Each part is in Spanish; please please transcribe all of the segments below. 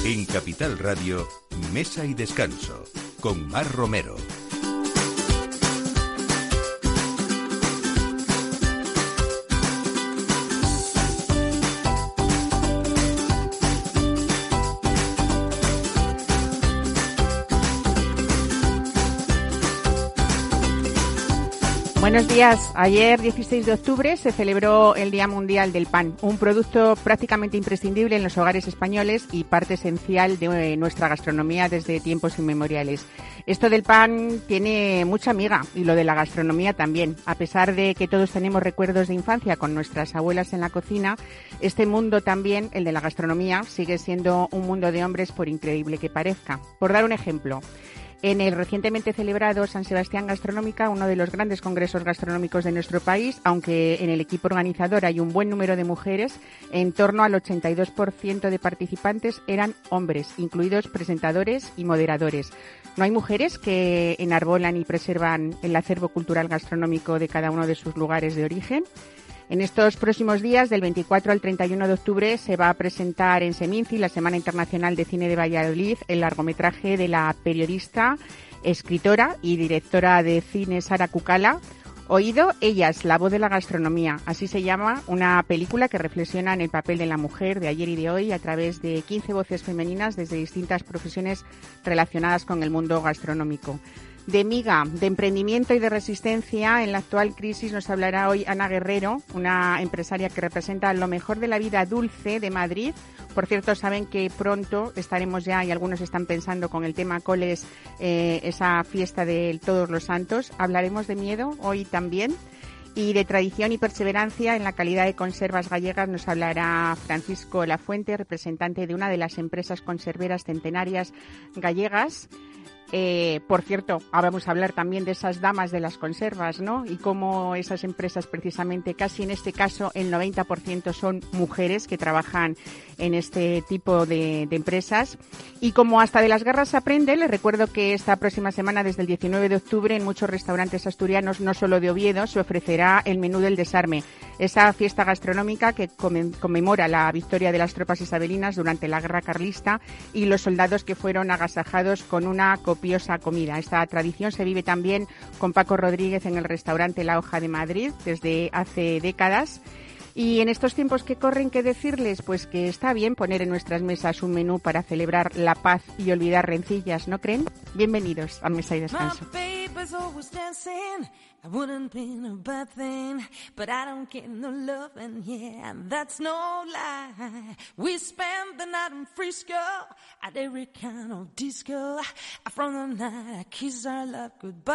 En Capital Radio, Mesa y Descanso, con Mar Romero. Buenos días. Ayer, 16 de octubre, se celebró el Día Mundial del Pan, un producto prácticamente imprescindible en los hogares españoles y parte esencial de nuestra gastronomía desde tiempos inmemoriales. Esto del pan tiene mucha miga y lo de la gastronomía también. A pesar de que todos tenemos recuerdos de infancia con nuestras abuelas en la cocina, este mundo también, el de la gastronomía, sigue siendo un mundo de hombres por increíble que parezca. Por dar un ejemplo, en el recientemente celebrado San Sebastián Gastronómica, uno de los grandes congresos gastronómicos de nuestro país, aunque en el equipo organizador hay un buen número de mujeres, en torno al 82% de participantes eran hombres, incluidos presentadores y moderadores. ¿No hay mujeres que enarbolan y preservan el acervo cultural gastronómico de cada uno de sus lugares de origen? En estos próximos días, del 24 al 31 de octubre, se va a presentar en Seminci, la Semana Internacional de Cine de Valladolid, el largometraje de la periodista, escritora y directora de cine Sara Kukala, Oído, ellas, la voz de la gastronomía. Así se llama una película que reflexiona en el papel de la mujer de ayer y de hoy a través de 15 voces femeninas desde distintas profesiones relacionadas con el mundo gastronómico. De miga, de emprendimiento y de resistencia en la actual crisis nos hablará hoy Ana Guerrero, una empresaria que representa lo mejor de la vida dulce de Madrid. Por cierto, saben que pronto estaremos ya, y algunos están pensando con el tema coles, esa fiesta de Todos los Santos. Hablaremos de miedo hoy también. Y de tradición y perseverancia en la calidad de conservas gallegas nos hablará Francisco Lafuente, representante de una de las empresas conserveras centenarias gallegas. Por cierto, ahora vamos a hablar también de esas damas de las conservas, ¿no? Y cómo esas empresas, precisamente, casi en este caso, el 90% son mujeres que trabajan en este tipo de empresas. Y como hasta de las guerras se aprende, les recuerdo que esta próxima semana, desde el 19 de octubre, en muchos restaurantes asturianos, no solo de Oviedo, se ofrecerá el menú del desarme, esa fiesta gastronómica que conmemora la victoria de las tropas isabelinas durante la guerra carlista y los soldados que fueron agasajados con una copiosa comida. Esta tradición se vive también con Paco Rodríguez en el restaurante La Hoja de Madrid desde hace décadas. Y en estos tiempos que corren, ¿qué decirles? Pues que está bien poner en nuestras mesas un menú para celebrar la paz y olvidar rencillas, ¿no creen? Bienvenidos a Mesa y Descanso. I wouldn't be a bad thing, but I don't get no loving, yeah, that's no lie. We spent the night in Frisco, at every kind of disco. From the night I kiss our love goodbye.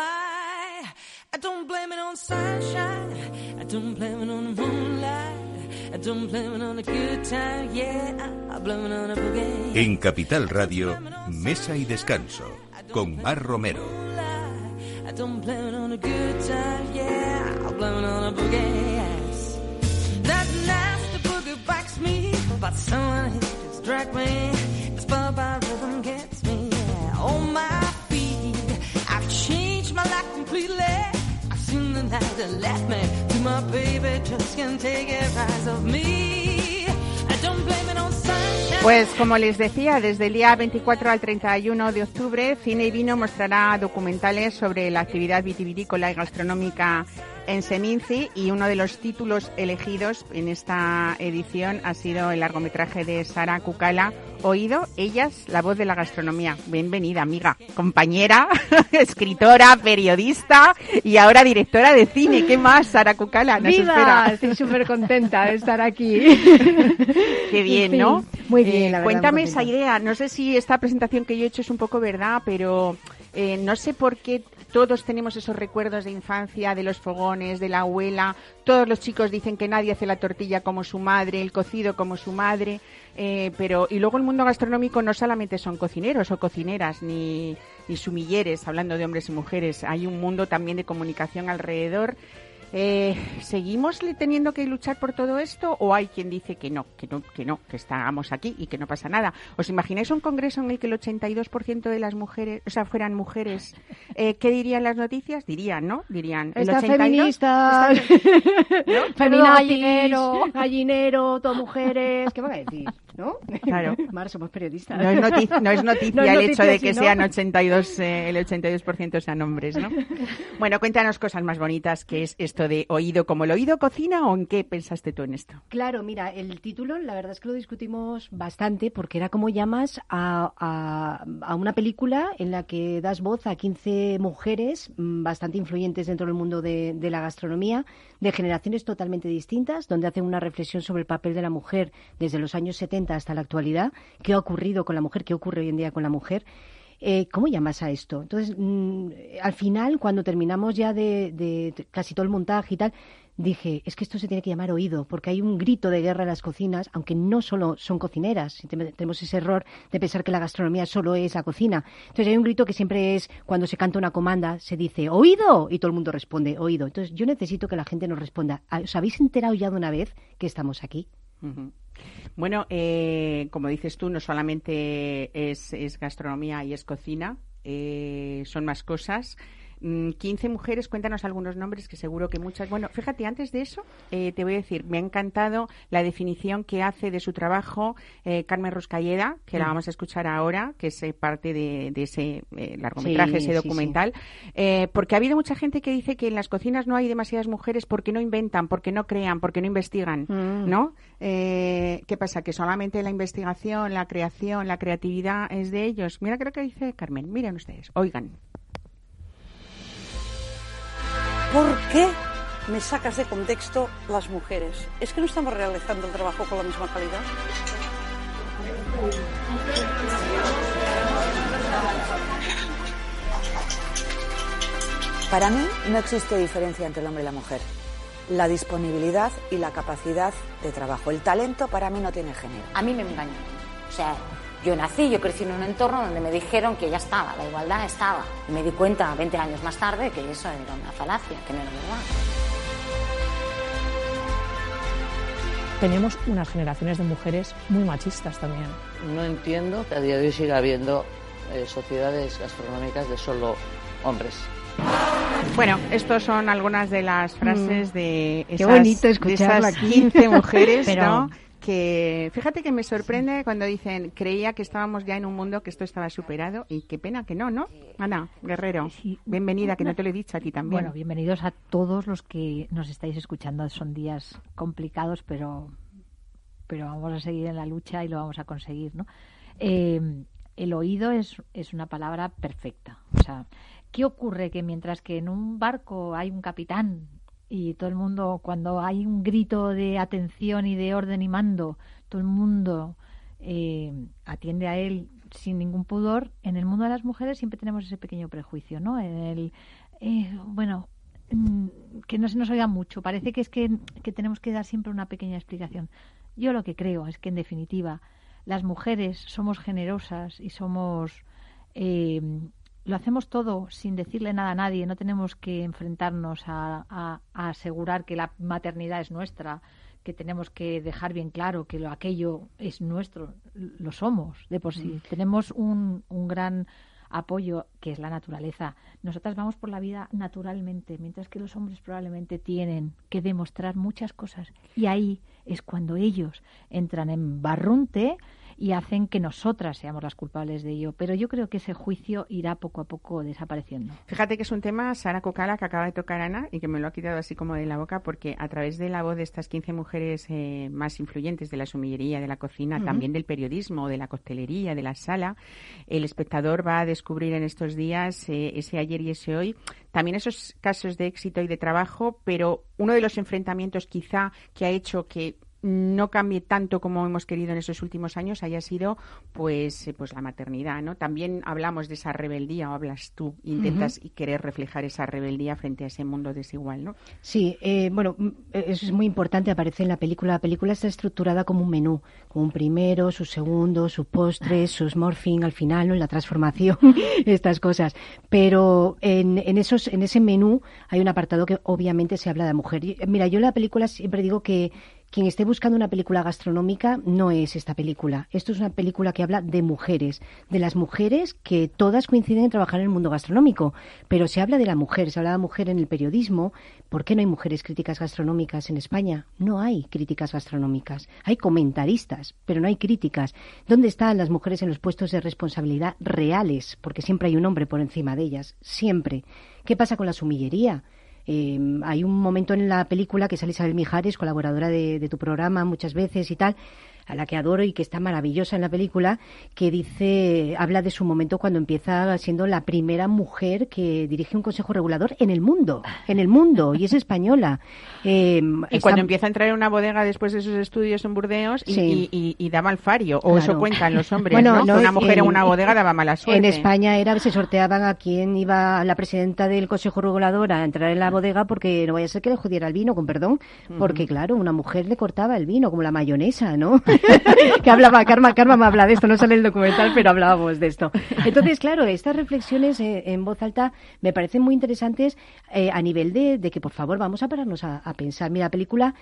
I don't blame it on sunshine, I don't blame it on the moonlight, I don't blame it on the good time, yeah, I blame it on the boogie. En Capital Radio, Mesa y Descanso, con Mar Romero. I don't blame it on a good time, yeah, I'll blame it on a boogie, yes. That nasty boogie bites me, but someone just dragged me. The spell by rhythm gets me, yeah, on my feet. I've changed my life completely. I've seen the night that left me, to my baby just can't take it rise of me. I don't blame it on sunshine. Pues como les decía, desde el día 24 al 31 de octubre, Cine y Vino mostrará documentales sobre la actividad vitivinícola y gastronómica en Seminci, y uno de los títulos elegidos en esta edición ha sido el largometraje de Sara Kukala, Oído, ellas, la voz de la gastronomía. Bienvenida, amiga, compañera, escritora, periodista y ahora directora de cine. ¿Qué más, Sara Kukala? Nos espera. Estoy súper contenta de estar aquí. Qué bien, ¿no? Muy bien, la verdad. Cuéntame esa idea. No sé si esta presentación que yo he hecho es un poco verdad, pero no sé por qué todos tenemos esos recuerdos de infancia, de los fogones, de la abuela. Todos los chicos dicen que nadie hace la tortilla como su madre, el cocido como su madre. Y luego el mundo gastronómico no solamente son cocineros o cocineras, ni sumilleres, hablando de hombres y mujeres. Hay un mundo también de comunicación alrededor. ¿Seguimos teniendo que luchar por todo esto o hay quien dice que no, que estamos aquí y que no pasa nada? ¿Os imagináis un congreso en el que el 82% de las mujeres, o sea, fueran mujeres? ¿Qué dirían las noticias? Dirían, ¿no? Dirían, el 82%... Feministas, ¿no? Feminazis, gallinero, todo mujeres, ¿qué van a decir? ¿no? Claro. Mar, somos periodistas. No es noticia el hecho de que ¿no? sean 82, el 82% sean hombres, ¿no? Bueno, cuéntanos cosas más bonitas, que es esto de oído. ¿Como el oído cocina o en qué pensaste tú en esto? Claro, mira, el título, la verdad es que lo discutimos bastante, porque era como llamas a una película en la que das voz a 15 mujeres bastante influyentes dentro del mundo de la gastronomía, de generaciones totalmente distintas, donde hacen una reflexión sobre el papel de la mujer desde los años 70 hasta la actualidad, qué ha ocurrido con la mujer, qué ocurre hoy en día con la mujer. ¿Cómo llamas a esto? Entonces, al final, cuando terminamos ya de casi todo el montaje y tal, dije, es que esto se tiene que llamar oído, porque hay un grito de guerra en las cocinas, aunque no solo son cocineras. Tenemos ese error de pensar que la gastronomía solo es la cocina. Entonces hay un grito que siempre es, cuando se canta una comanda, se dice, oído, y todo el mundo responde, oído. Entonces yo necesito que la gente nos responda, ¿os habéis enterado ya de una vez que estamos aquí? Uh-huh. Bueno, como dices tú, no solamente es gastronomía y es cocina, son más cosas. 15 mujeres, cuéntanos algunos nombres que seguro que muchas... Bueno, fíjate, antes de eso te voy a decir, me ha encantado la definición que hace de su trabajo Carmen Ruscalleda, que la vamos a escuchar ahora, que es parte de ese largometraje, ese documental, porque ha habido mucha gente que dice que en las cocinas no hay demasiadas mujeres porque no inventan, porque no crean, porque no investigan, ¿no? ¿Qué pasa? Que solamente la investigación, la creación, la creatividad es de ellos. Mira, creo que dice Carmen, miren ustedes, oigan. ¿Por qué me sacas de contexto las mujeres? ¿Es que no estamos realizando el trabajo con la misma calidad? Para mí no existe diferencia entre el hombre y la mujer. La disponibilidad y la capacidad de trabajo. El talento para mí no tiene género. A mí me engañó. O sea, yo crecí en un entorno donde me dijeron que ya estaba, la igualdad estaba. Y me di cuenta 20 años más tarde que eso era una falacia, que no era verdad. Tenemos unas generaciones de mujeres muy machistas también. No entiendo que a día de hoy siga habiendo sociedades gastronómicas de solo hombres. Bueno, estos son algunas de las frases de esas, qué bonito escucharlo de esas aquí. 15 mujeres, Pero... ¿no? Que fíjate que me sorprende cuando dicen, creía que estábamos ya en un mundo que esto estaba superado, y qué pena que no, ¿no? Ana Guerrero, sí, bienvenida, que no te lo he dicho a ti también. Bueno, bienvenidos a todos los que nos estáis escuchando. Son días complicados, pero vamos a seguir en la lucha y lo vamos a conseguir, ¿no? El oído es una palabra perfecta. O sea, ¿qué ocurre? Que mientras que en un barco hay un capitán y todo el mundo, cuando hay un grito de atención y de orden y mando, todo el mundo atiende a él sin ningún pudor, en el mundo de las mujeres siempre tenemos ese pequeño prejuicio, ¿no? Que no se nos oiga mucho. Parece que es que tenemos que dar siempre una pequeña explicación. Yo lo que creo es que, en definitiva, las mujeres somos generosas y somos... lo hacemos todo sin decirle nada a nadie. No tenemos que enfrentarnos a asegurar que la maternidad es nuestra, que tenemos que dejar bien claro que aquello es nuestro. Lo somos de por sí. Tenemos un gran apoyo, que es la naturaleza. Nosotras vamos por la vida naturalmente, mientras que los hombres probablemente tienen que demostrar muchas cosas. Y ahí es cuando ellos entran en barrunte y hacen que nosotras seamos las culpables de ello. Pero yo creo que ese juicio irá poco a poco desapareciendo. Fíjate que es un tema, Sara Cocala, que acaba de tocar Ana, y que me lo ha quitado así como de la boca, porque a través de la voz de estas 15 mujeres más influyentes de la sumillería, de la cocina, también del periodismo, de la coctelería, de la sala, el espectador va a descubrir en estos días ese ayer y ese hoy, también esos casos de éxito y de trabajo, pero uno de los enfrentamientos quizá que ha hecho que no cambie tanto como hemos querido en esos últimos años haya sido pues la maternidad, ¿no? También hablamos de esa rebeldía, o hablas tú, intentas y querer reflejar esa rebeldía frente a ese mundo desigual, ¿no? Sí, eso es muy importante, aparece en la película. La película está estructurada como un menú, como un primero, su segundo, su postre, sus morphing al final, ¿no? La transformación, estas cosas. Pero en ese menú hay un apartado que obviamente se habla de mujer. Mira, yo en la película siempre digo que quien esté buscando una película gastronómica no es esta película. Esto es una película que habla de mujeres, de las mujeres que todas coinciden en trabajar en el mundo gastronómico, pero se habla de la mujer, se habla de la mujer en el periodismo. ¿Por qué no hay mujeres críticas gastronómicas en España? No hay críticas gastronómicas, hay comentaristas, pero no hay críticas. ¿Dónde están las mujeres en los puestos de responsabilidad reales? Porque siempre hay un hombre por encima de ellas, siempre. ¿Qué pasa con la sumillería? Hay un momento en la película que sale Isabel Mijares, colaboradora de tu programa muchas veces y tal, a la que adoro y que está maravillosa en la película, que habla de su momento cuando empieza siendo la primera mujer que dirige un consejo regulador en el mundo, y es española. Y cuando empieza a entrar en una bodega después de sus estudios en Burdeos y da mal fario, o eso cuentan los hombres, bueno, ¿no? Una mujer en una bodega daba mala suerte. En España se sorteaban a quién iba la presidenta del consejo regulador a entrar en la bodega, porque no vaya a ser que le jodiera el vino, con perdón, porque claro, una mujer le cortaba el vino, como la mayonesa, ¿no? Que hablaba, Karma me habla de esto, no sale el documental, pero hablábamos de esto. Entonces, claro, estas reflexiones en voz alta me parecen muy interesantes a nivel de que, por favor, vamos a pararnos a pensar. Mira, la película,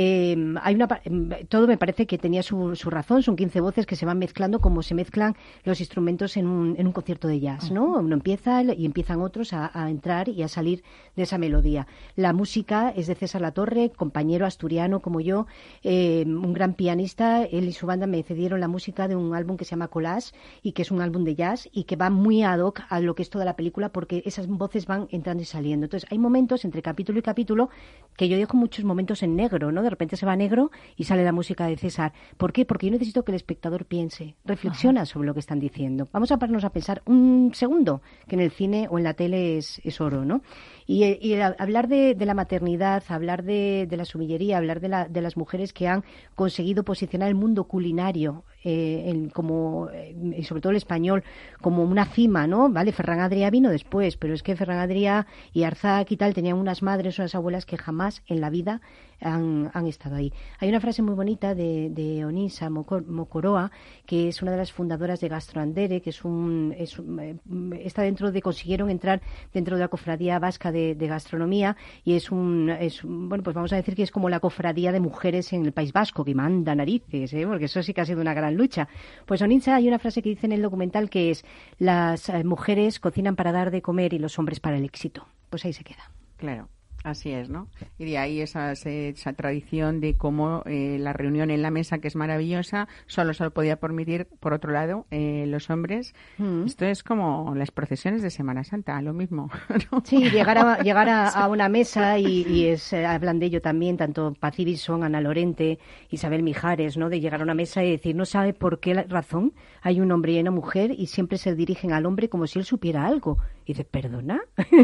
todo me parece que tenía su razón, son 15 voces que se van mezclando como se mezclan los instrumentos en un concierto de jazz, ¿no? Uno empieza y empiezan otros a entrar y a salir de esa melodía. La música es de César Latorre, compañero asturiano como yo, un gran pianista. Él y su banda me cedieron la música de un álbum que se llama Collage y que es un álbum de jazz y que va muy ad hoc a lo que es toda la película, porque esas voces van entrando y saliendo. Entonces hay momentos entre capítulo y capítulo que yo dejo muchos momentos en negro, ¿no? De repente se va a negro y sale la música de César. ¿Por qué? Porque yo necesito que el espectador piense, reflexiona sobre lo que están diciendo. Vamos a pararnos a pensar un segundo, que en el cine o en la tele es oro, ¿no? Y hablar de la maternidad, hablar de la sumillería, hablar de las mujeres que han conseguido posicionar el mundo culinario y sobre todo el español como una cima, ¿no? Vale, Ferran Adrià vino después, pero es que Ferran Adrià y Arzac y tal tenían unas madres, unas abuelas que jamás en la vida han estado ahí. Hay una frase muy bonita de Onisa Mokoroa, que es una de las fundadoras de Gastroandere, que está consiguieron entrar dentro de la cofradía vasca de gastronomía, y bueno, pues vamos a decir que es como la cofradía de mujeres en el País Vasco, que manda narices, porque eso sí que ha sido una gran lucha. Pues Onisa, hay una frase que dice en el documental que es: las mujeres cocinan para dar de comer y los hombres para el éxito. Pues ahí se queda. Claro. Así es, ¿no? Y de ahí esa tradición de cómo la reunión en la mesa, que es maravillosa, solo se lo podía permitir, por otro lado, los hombres. Esto es como las procesiones de Semana Santa, lo mismo, ¿no? Sí, llegar a una mesa y hablan de ello también, tanto Paz Ibison, Ana Lorente, Isabel Mijares, ¿no? De llegar a una mesa y decir, no sabe por qué razón hay un hombre y una mujer y siempre se dirigen al hombre como si él supiera algo. Y dices, ¿perdona?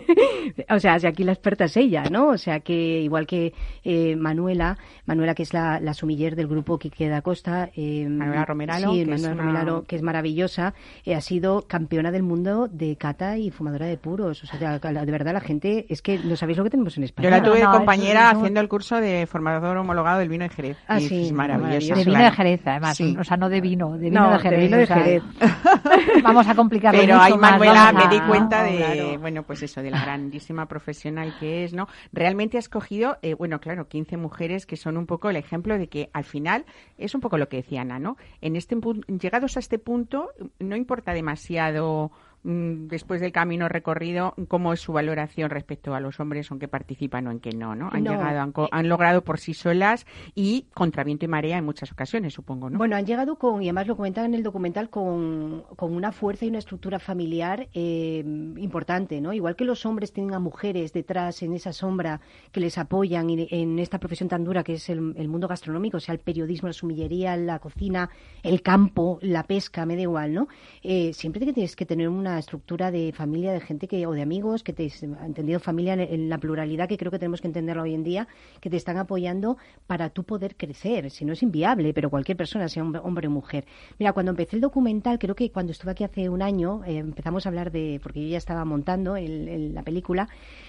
O sea, si aquí la experta es ella, ¿no? O sea, que igual que Manuela, que es la sumiller del grupo Quique da Costa. Manuela Romeralo. Sí, Manuela Romeralo, que es maravillosa, ha sido campeona del mundo de cata y fumadora de puros. O sea, de verdad, la gente, es que no sabéis lo que tenemos en España. Yo la tuve de compañera haciendo el curso de formador homologado del vino de Jerez. Ah, sí, es maravilloso. De vino de Jerez, además. Sí. O sea, no de vino, de vino de Jerez. De vino de Jerez. Vamos a complicarlo pero mucho ahí Manuela más. Me di cuenta bueno, pues eso, de la grandísima profesional que es, ¿no? Realmente ha escogido, 15 mujeres que son un poco el ejemplo de que al final es un poco lo que decía Ana, ¿no? Llegados a este punto, no importa demasiado después del camino recorrido cómo es su valoración respecto a los hombres, aunque participan o en que no. Han logrado por sí solas y contra viento y marea en muchas ocasiones, supongo, ¿no? Bueno, han llegado y además lo comentan en el documental, con una fuerza y una estructura familiar importante, ¿no? Igual que los hombres tienen a mujeres detrás en esa sombra que les apoyan en esta profesión tan dura que es el mundo gastronómico, o sea, el periodismo, la sumillería, la cocina, el campo, la pesca, me da igual, ¿no? Siempre tienes que tener una estructura de familia, de gente o de amigos que te ha entendido familia en la pluralidad que creo que tenemos que entenderlo hoy en día, que te están apoyando para tú poder crecer. Si no, es inviable, pero cualquier persona, sea hombre o mujer. Mira, cuando empecé el documental, creo que cuando estuve aquí hace un año, empezamos a hablar porque yo ya estaba montando la película,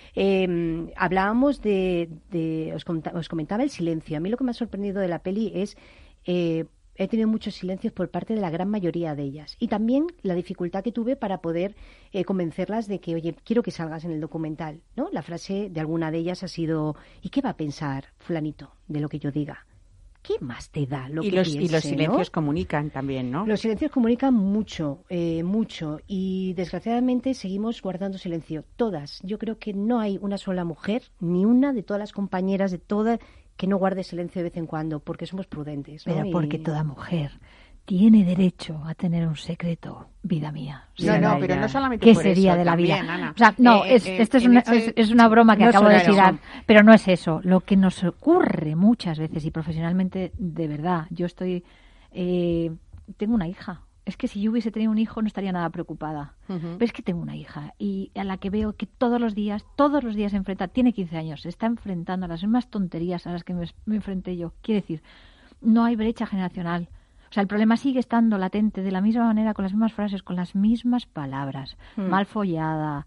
hablábamos os comentaba el silencio. A mí lo que me ha sorprendido de la peli es he tenido muchos silencios por parte de la gran mayoría de ellas. Y también la dificultad que tuve para poder convencerlas de que, oye, quiero que salgas en el documental, ¿no? La frase de alguna de ellas ha sido, ¿y qué va a pensar fulanito de lo que yo diga? ¿qué más te da lo y que los, piense, y los silencios ¿no? comunican también, ¿no? Los silencios comunican mucho, mucho, y desgraciadamente seguimos guardando silencio. Todas. Yo creo que no hay una sola mujer, ni una de todas las compañeras, de todas, que no guarde silencio de vez en cuando, porque somos prudentes, ¿no? Pero porque toda mujer tiene derecho a tener un secreto, vida mía. No, pero no solamente ¿Qué por sería eso, de la también, vida? Ana. O sea, no, esto es una broma que no acabo de solo tirar, eso. pero no es eso. Lo que nos ocurre muchas veces, y profesionalmente, de verdad, yo tengo una hija. Es que si yo hubiese tenido un hijo no estaría nada preocupada. Uh-huh. Pero es que tengo una hija y a la que veo que todos los días se enfrenta, tiene 15 años, se está enfrentando a las mismas tonterías a las que me enfrenté yo. Quiere decir, no hay brecha generacional. O sea, el problema sigue estando latente de la misma manera, con las mismas frases, con las mismas palabras. Mal follada,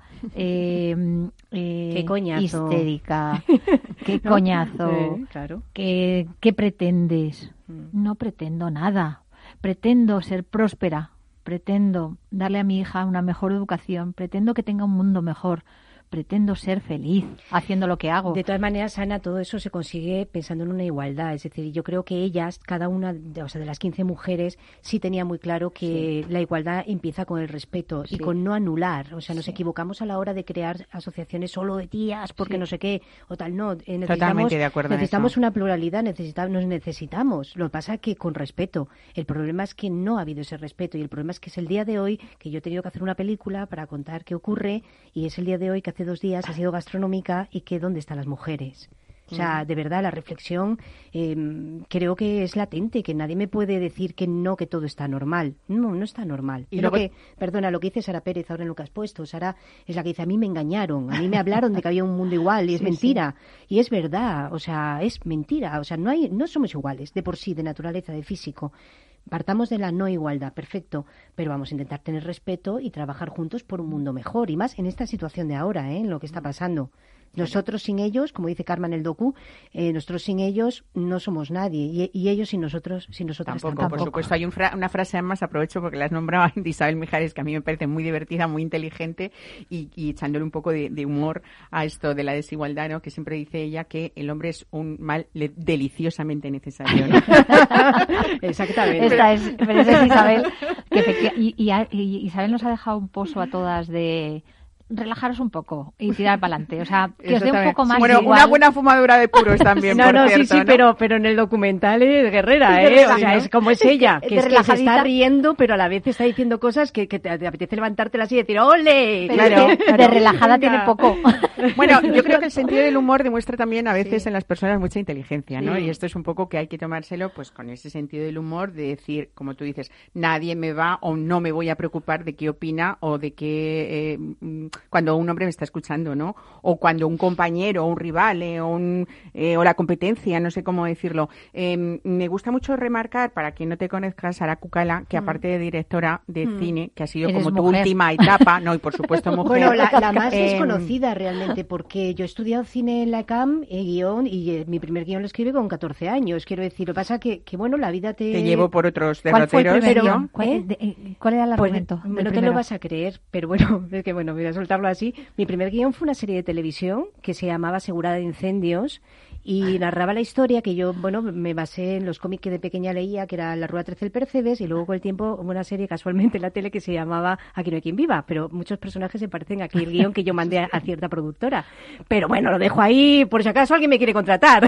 qué coñazo, histérica, qué coñazo, claro. ¿Qué pretendes? No pretendo nada. Pretendo ser próspera, pretendo darle a mi hija una mejor educación, pretendo que tenga un mundo mejor, pretendo ser feliz haciendo lo que hago. De todas maneras, Ana, todo eso se consigue pensando en una igualdad. Es decir, yo creo que ellas, cada una de las 15 mujeres, sí tenía muy claro que la igualdad empieza con el respeto y con no anular. O sea, nos equivocamos a la hora de crear asociaciones solo de tías porque no sé qué o tal. No, Totalmente de acuerdo necesitamos en eso. una pluralidad, nos necesitamos. Lo que pasa es que con respeto. El problema es que no ha habido ese respeto y el problema es que es el día de hoy que yo he tenido que hacer una película para contar qué ocurre y es el día de hoy que hace 2 días ha sido gastronómica y que dónde están las mujeres. O sea, de verdad, la reflexión creo que es latente, que nadie me puede decir que no, que todo está normal. No, no está normal. Y luego, lo que dice Sara Pérez ahora en lo que has puesto. Sara es la que dice, a mí me engañaron, a mí me hablaron de que había un mundo igual y es mentira. Sí. Y es verdad, o sea, es mentira. O sea, no somos iguales de por sí, de naturaleza, de físico. Partamos de la no igualdad, perfecto, pero vamos a intentar tener respeto y trabajar juntos por un mundo mejor, y más en esta situación de ahora, en lo que está pasando. Nosotros sin ellos, como dice Karma en el docu, nosotros sin ellos no somos nadie, y ellos sin nosotros, sin nosotras tampoco. Por supuesto, hay una frase, además, aprovecho porque la has nombrado, de Isabel Mijares, que a mí me parece muy divertida, muy inteligente, y echándole un poco de humor a esto de la desigualdad, ¿no? Que siempre dice ella que el hombre es un mal deliciosamente necesario, ¿no? Exactamente. Esa es Isabel, y Isabel nos ha dejado un pozo a todas de relajaros un poco y tirar para adelante, o sea, que os dé un poco más bueno, igual. Una buena fumadura de puros también, por cierto, sí, ¿no? pero en el documental es guerrera, o sea, es como es ella, que es que se está riendo, pero a la vez está diciendo cosas que te apetece levantártelas y decir ¡ole! Claro, de relajada tiene poco. Bueno, yo creo que el sentido del humor demuestra también a veces en las personas mucha inteligencia, ¿no? Y esto es un poco que hay que tomárselo pues con ese sentido del humor, de decir, como tú dices, nadie me va o no me voy a preocupar de qué opina o de qué cuando un hombre me está escuchando, ¿no? O cuando un compañero, o un rival, o la competencia, no sé cómo decirlo. Me gusta mucho remarcar, para quien no te conozca, Sara Cucala, que aparte de directora de cine, que ha sido como tu última etapa, no, y por supuesto mujer. Bueno, la más desconocida realmente, porque yo he estudiado cine en la ECAM, guión, y mi primer guión lo escribí con 14 años, quiero decir. Lo que pasa que bueno, la vida te llevo por otros derroteros. ¿Cuál fue el primer guión? ¿Cuál era el argumento? No te lo vas a creer, pero bueno, es que bueno, voy a soltarlo así. Mi primer guión fue una serie de televisión que se llamaba Asegurada de Incendios y narraba la historia que yo, bueno, me basé en los cómics que de pequeña leía, que era La Rueda 13 del Percebes, y luego con el tiempo hubo una serie casualmente en la tele que se llamaba Aquí no hay quien viva, pero muchos personajes se parecen a aquel guión que yo mandé a cierta productora. Pero bueno, lo dejo ahí por si acaso alguien me quiere contratar.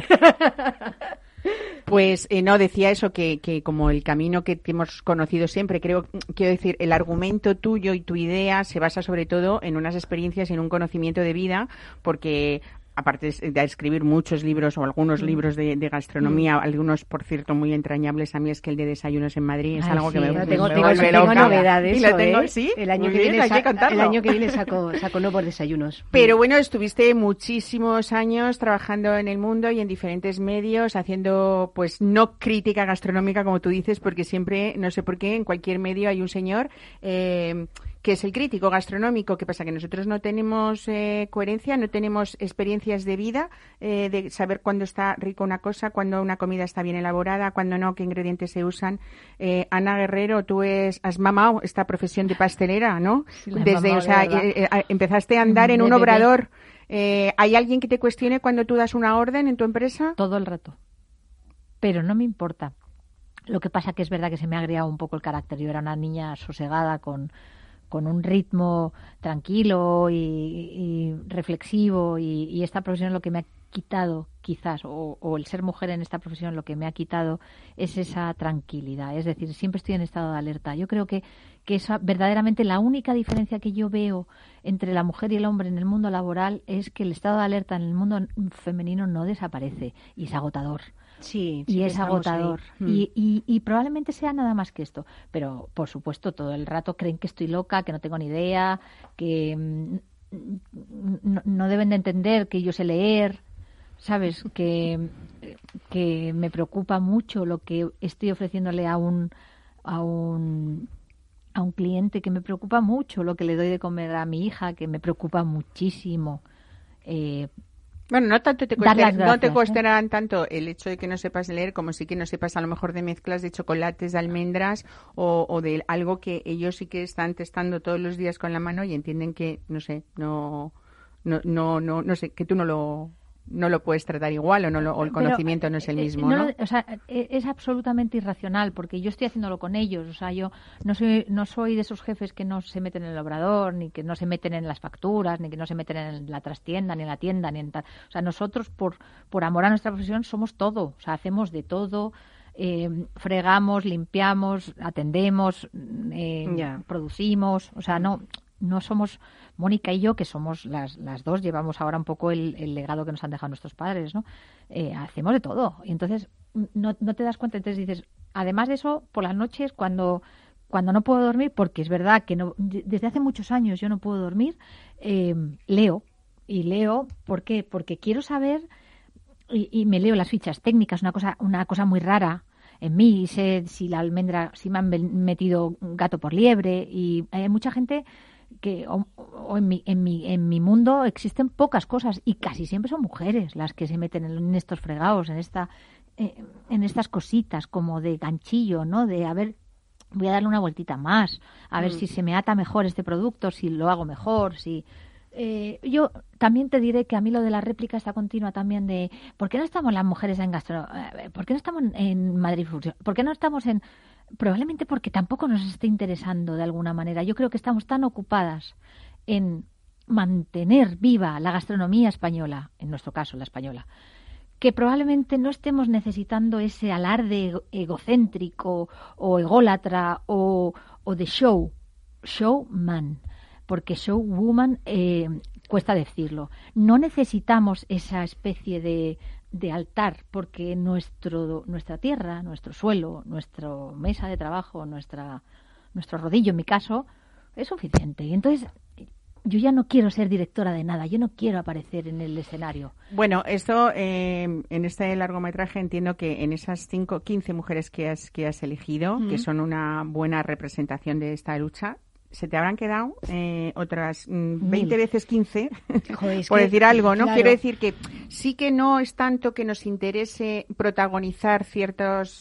Pues no, decía eso, que como el camino que hemos conocido siempre, quiero decir, el argumento tuyo y tu idea se basa sobre todo en unas experiencias y en un conocimiento de vida, porque aparte de escribir muchos libros o algunos libros de gastronomía, algunos, por cierto, muy entrañables, a mí es que el de Desayunos en Madrid es algo que me vuelve loca. Tengo novedades. ¿Y lo tengo? ¿Sí? El año que viene saco nuevos desayunos. Pero bueno, estuviste muchísimos años trabajando en el mundo y en diferentes medios, haciendo, pues, no crítica gastronómica, como tú dices, porque siempre, no sé por qué, en cualquier medio hay un señor que es el crítico gastronómico. ¿Qué pasa? Que nosotros no tenemos coherencia, no tenemos experiencias de vida, de saber cuándo está rico una cosa, cuándo una comida está bien elaborada, cuándo no, qué ingredientes se usan. Ana Guerrero, tú has mamado esta profesión de pastelera, ¿no? Sí, empezaste a andar en un obrador. ¿Hay alguien que te cuestione cuando tú das una orden en tu empresa? Todo el rato. pero no me importa. Lo que pasa que es verdad que se me ha agriado un poco el carácter. Yo era una niña sosegada con un ritmo tranquilo y reflexivo, y esta profesión lo que me ha quitado quizás, o el ser mujer en esta profesión lo que me ha quitado es esa tranquilidad, es decir, siempre estoy en estado de alerta. Yo creo que esa verdaderamente la única diferencia que yo veo entre la mujer y el hombre en el mundo laboral es que el estado de alerta en el mundo femenino no desaparece y es agotador. Sí, y es agotador. Y probablemente sea nada más que esto. Pero, por supuesto, todo el rato creen que estoy loca, que no tengo ni idea, que no deben de entender que yo sé leer, ¿sabes? Que me preocupa mucho lo que estoy ofreciéndole a un cliente, que me preocupa mucho lo que le doy de comer a mi hija, que me preocupa muchísimo. Bueno, no tanto te cuestionarán tanto el hecho de que no sepas leer, como sí que no sepas a lo mejor de mezclas de chocolates, de almendras o de algo que ellos sí que están testando todos los días con la mano y entienden que, no sé, no sé, que tú no lo puedes tratar igual o el conocimiento no es el mismo, ¿no? O sea, es absolutamente irracional porque yo estoy haciéndolo con ellos. O sea, yo no soy de esos jefes que no se meten en el obrador, ni que no se meten en las facturas, ni que no se meten en la trastienda, ni en la tienda, ni en tal. O sea, nosotros por amor a nuestra profesión somos todo. O sea, hacemos de todo. Fregamos, limpiamos, atendemos, producimos. O sea, no somos Mónica y yo, que somos las dos, llevamos ahora un poco el legado que nos han dejado nuestros padres, ¿no? Hacemos de todo. Y entonces no te das cuenta. Entonces dices, además de eso, por las noches, cuando no puedo dormir, porque es verdad que desde hace muchos años yo no puedo dormir, leo. Y leo, ¿por qué? Porque quiero saber, y me leo las fichas técnicas, una cosa muy rara en mí, sé si la almendra, si me han metido gato por liebre, y hay mucha gente que en mi mundo existen pocas cosas y casi siempre son mujeres las que se meten en estos fregados, en estas cositas como de ganchillo, ¿no? De a ver, voy a darle una vueltita más, a ver si se me ata mejor este producto, si lo hago mejor, si yo también te diré que a mí lo de la réplica está continua también de ¿por qué no estamos las mujeres en ¿por qué no estamos en Madrid Fusión? ¿Por qué no estamos en...? Probablemente porque tampoco nos esté interesando de alguna manera. Yo creo que estamos tan ocupadas en mantener viva la gastronomía española, en nuestro caso la española, que probablemente no estemos necesitando ese alarde egocéntrico o ególatra o de showman, porque showwoman cuesta decirlo. No necesitamos esa especie de altar, porque nuestra tierra, nuestro suelo, nuestra mesa de trabajo, nuestro rodillo, en mi caso, es suficiente. Y entonces yo ya no quiero ser directora de nada, yo no quiero aparecer en el escenario. Bueno, esto en este largometraje entiendo que en esas 15 mujeres que has elegido, que son una buena representación de esta lucha, se te habrán quedado otras 20 veces 15, joder, por decir algo, ¿no? Claro. Quiero decir que sí que no es tanto que nos interese protagonizar ciertos,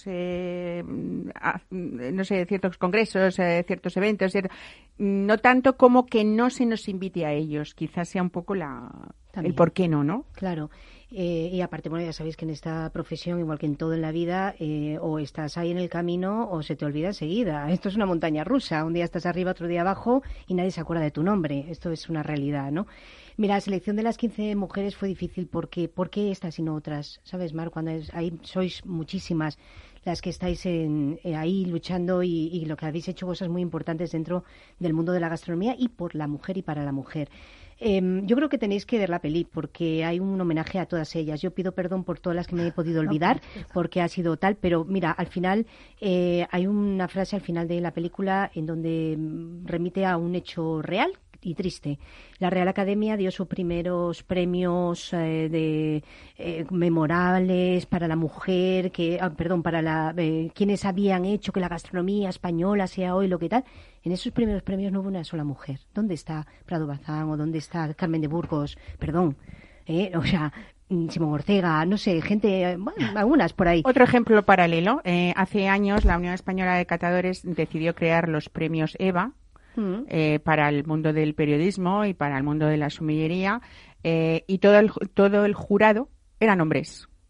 ciertos congresos, ciertos eventos, no tanto como que no se nos invite a ellos. Quizás sea un poco el por qué no. Claro. Y aparte, bueno, ya sabéis que en esta profesión, igual que en todo en la vida, o estás ahí en el camino o se te olvida enseguida. Esto es una montaña rusa. Un día estás arriba, otro día abajo y nadie se acuerda de tu nombre. Esto es una realidad, ¿no? Mira, la selección de las 15 mujeres fue difícil porque ¿por qué estas y no otras? ¿Sabes, Mar? Cuando ahí sois muchísimas las que estáis ahí luchando y lo que habéis hecho cosas muy importantes dentro del mundo de la gastronomía y por la mujer y para la mujer. Yo creo que tenéis que ver la peli porque hay un homenaje a todas ellas. Yo pido perdón por todas las que me he podido olvidar porque ha sido tal, pero mira, al final hay una frase al final de la película en donde remite a un hecho real y triste. La Real Academia dio sus primeros premios memorables para la mujer, para quienes habían hecho que la gastronomía española sea hoy lo que tal. En esos primeros premios no hubo una sola mujer. ¿Dónde está Prado Bazán o dónde está Carmen de Burgos? Perdón. O sea, Simón Ortega, no sé, gente, bueno, algunas por ahí. Otro ejemplo paralelo. Hace años la Unión Española de Catadores decidió crear los premios EVA, para el mundo del periodismo y para el mundo de la sumillería, y todo el jurado eran hombres,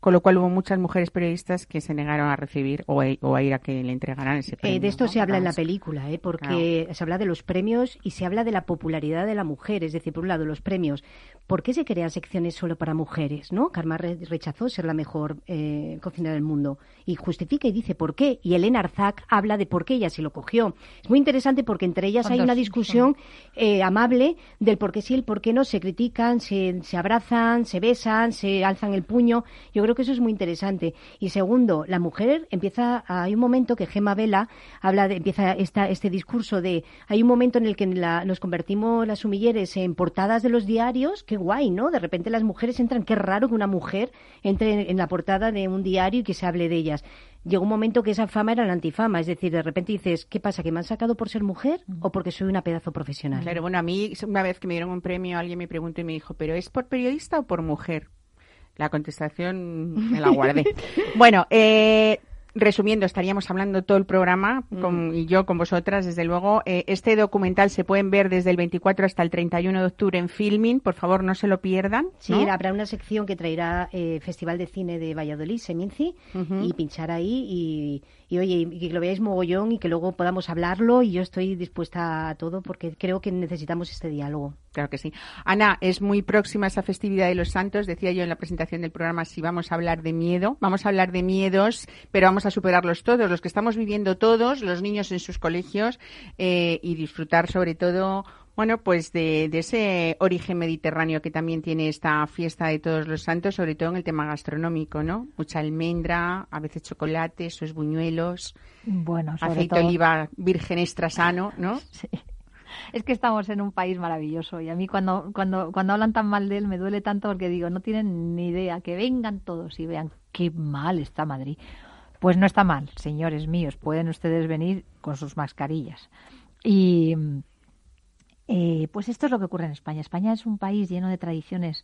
con lo cual hubo muchas mujeres periodistas que se negaron a recibir o a ir a que le entregaran ese premio. De esto ¿no? se habla en la película, porque claro. se habla de los premios y se habla de la popularidad de la mujer. Es decir, por un lado, los premios. ¿Por qué se crean secciones solo para mujeres? ¿No? Karma rechazó ser la mejor cocinera del mundo y justifica y dice por qué. Y Elena Arzak habla de por qué ella se lo cogió. Es muy interesante porque entre ellas hay una discusión amable del por qué sí y el por qué no. Se critican, se abrazan, se besan, se alzan el puño. Yo creo que eso es muy interesante. Y segundo, la mujer hay un momento que Gemma Vela empieza este discurso de, hay un momento en el que nos convertimos las sumilleres en portadas de los diarios. Qué guay, ¿no? De repente las mujeres entran, qué raro que una mujer entre en la portada de un diario y que se hable de ellas. Llegó un momento que esa fama era la antifama, es decir, de repente dices, ¿qué pasa? ¿Que me han sacado por ser mujer o porque soy una pedazo profesional? Claro, bueno, a mí una vez que me dieron un premio, alguien me preguntó y me dijo, ¿pero es por periodista o por mujer? La contestación me la guardé. Bueno, resumiendo, estaríamos hablando todo el programa y yo con vosotras, desde luego. Este documental se pueden ver desde el 24 hasta el 31 de octubre en Filmin. Por favor, no se lo pierdan, ¿no? Sí, habrá una sección que traerá Festival de Cine de Valladolid, Seminci, y pinchar ahí y oye, y que lo veáis mogollón y que luego podamos hablarlo, y yo estoy dispuesta a todo porque creo que necesitamos este diálogo. Claro que sí. Ana, es muy próxima esa festividad de los Santos. Decía yo en la presentación del programa, si vamos a hablar de miedo, vamos a hablar de miedos, pero vamos a superarlos todos, los que estamos viviendo todos, los niños en sus colegios, y disfrutar sobre todo, bueno, pues de ese origen mediterráneo que también tiene esta fiesta de todos los santos, sobre todo en el tema gastronómico, ¿no? Mucha almendra, a veces chocolate, esos buñuelos, bueno, aceite de oliva virgen extra sano, ¿no? Sí. Es que estamos en un país maravilloso y a mí cuando hablan tan mal de él me duele tanto porque digo, no tienen ni idea, que vengan todos y vean qué mal está Madrid. Pues no está mal, señores míos, pueden ustedes venir con sus mascarillas. Y pues esto es lo que ocurre en España. España es un país lleno de tradiciones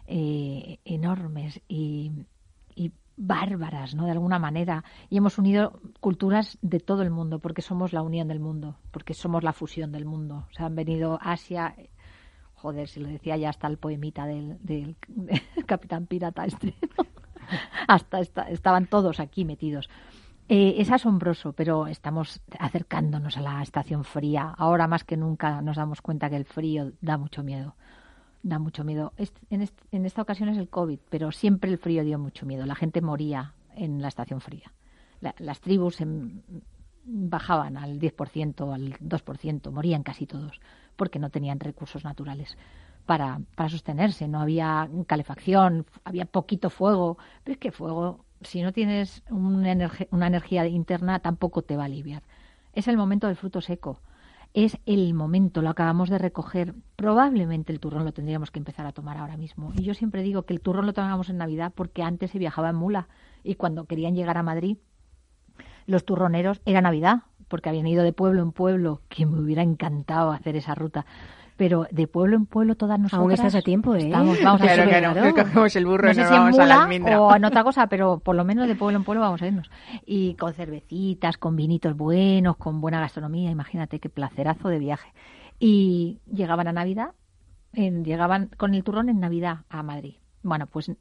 enormes y bárbaras, ¿no? De alguna manera. Y hemos unido culturas de todo el mundo, porque somos la unión del mundo, porque somos la fusión del mundo. O sea, han venido Asia, joder, si lo decía ya hasta el poemita del Capitán Pirata este, ¿no? Estaban todos aquí metidos. Es asombroso, pero estamos acercándonos a la estación fría. Ahora más que nunca nos damos cuenta que el frío da mucho miedo. Da mucho miedo. En esta ocasión es el COVID, pero siempre el frío dio mucho miedo. La gente moría en la estación fría. Las tribus bajaban al 10%, al 2%, morían casi todos, porque no tenían recursos naturales para sostenerse. No había calefacción, había poquito fuego. Pero es que fuego, si no tienes una energía interna, tampoco te va a aliviar. Es el momento del fruto seco. Es el momento, lo acabamos de recoger. Probablemente el turrón lo tendríamos que empezar a tomar ahora mismo. Y yo siempre digo que el turrón lo tomábamos en Navidad porque antes se viajaba en mula. Y cuando querían llegar a Madrid, los turroneros, era Navidad, porque habían ido de pueblo en pueblo, que me hubiera encantado hacer esa ruta. Pero de pueblo en pueblo todas nosotras... Aún estás a tiempo, ¿eh? Vamos claro. Cogemos el burro no y sé nos si vamos en a la mula almendra. o en otra cosa, pero por lo menos de pueblo en pueblo vamos a irnos. Y con cervecitas, con vinitos buenos, con buena gastronomía. Imagínate qué placerazo de viaje. Y llegaban a Navidad, llegaban con el turrón en Navidad a Madrid. Bueno, pues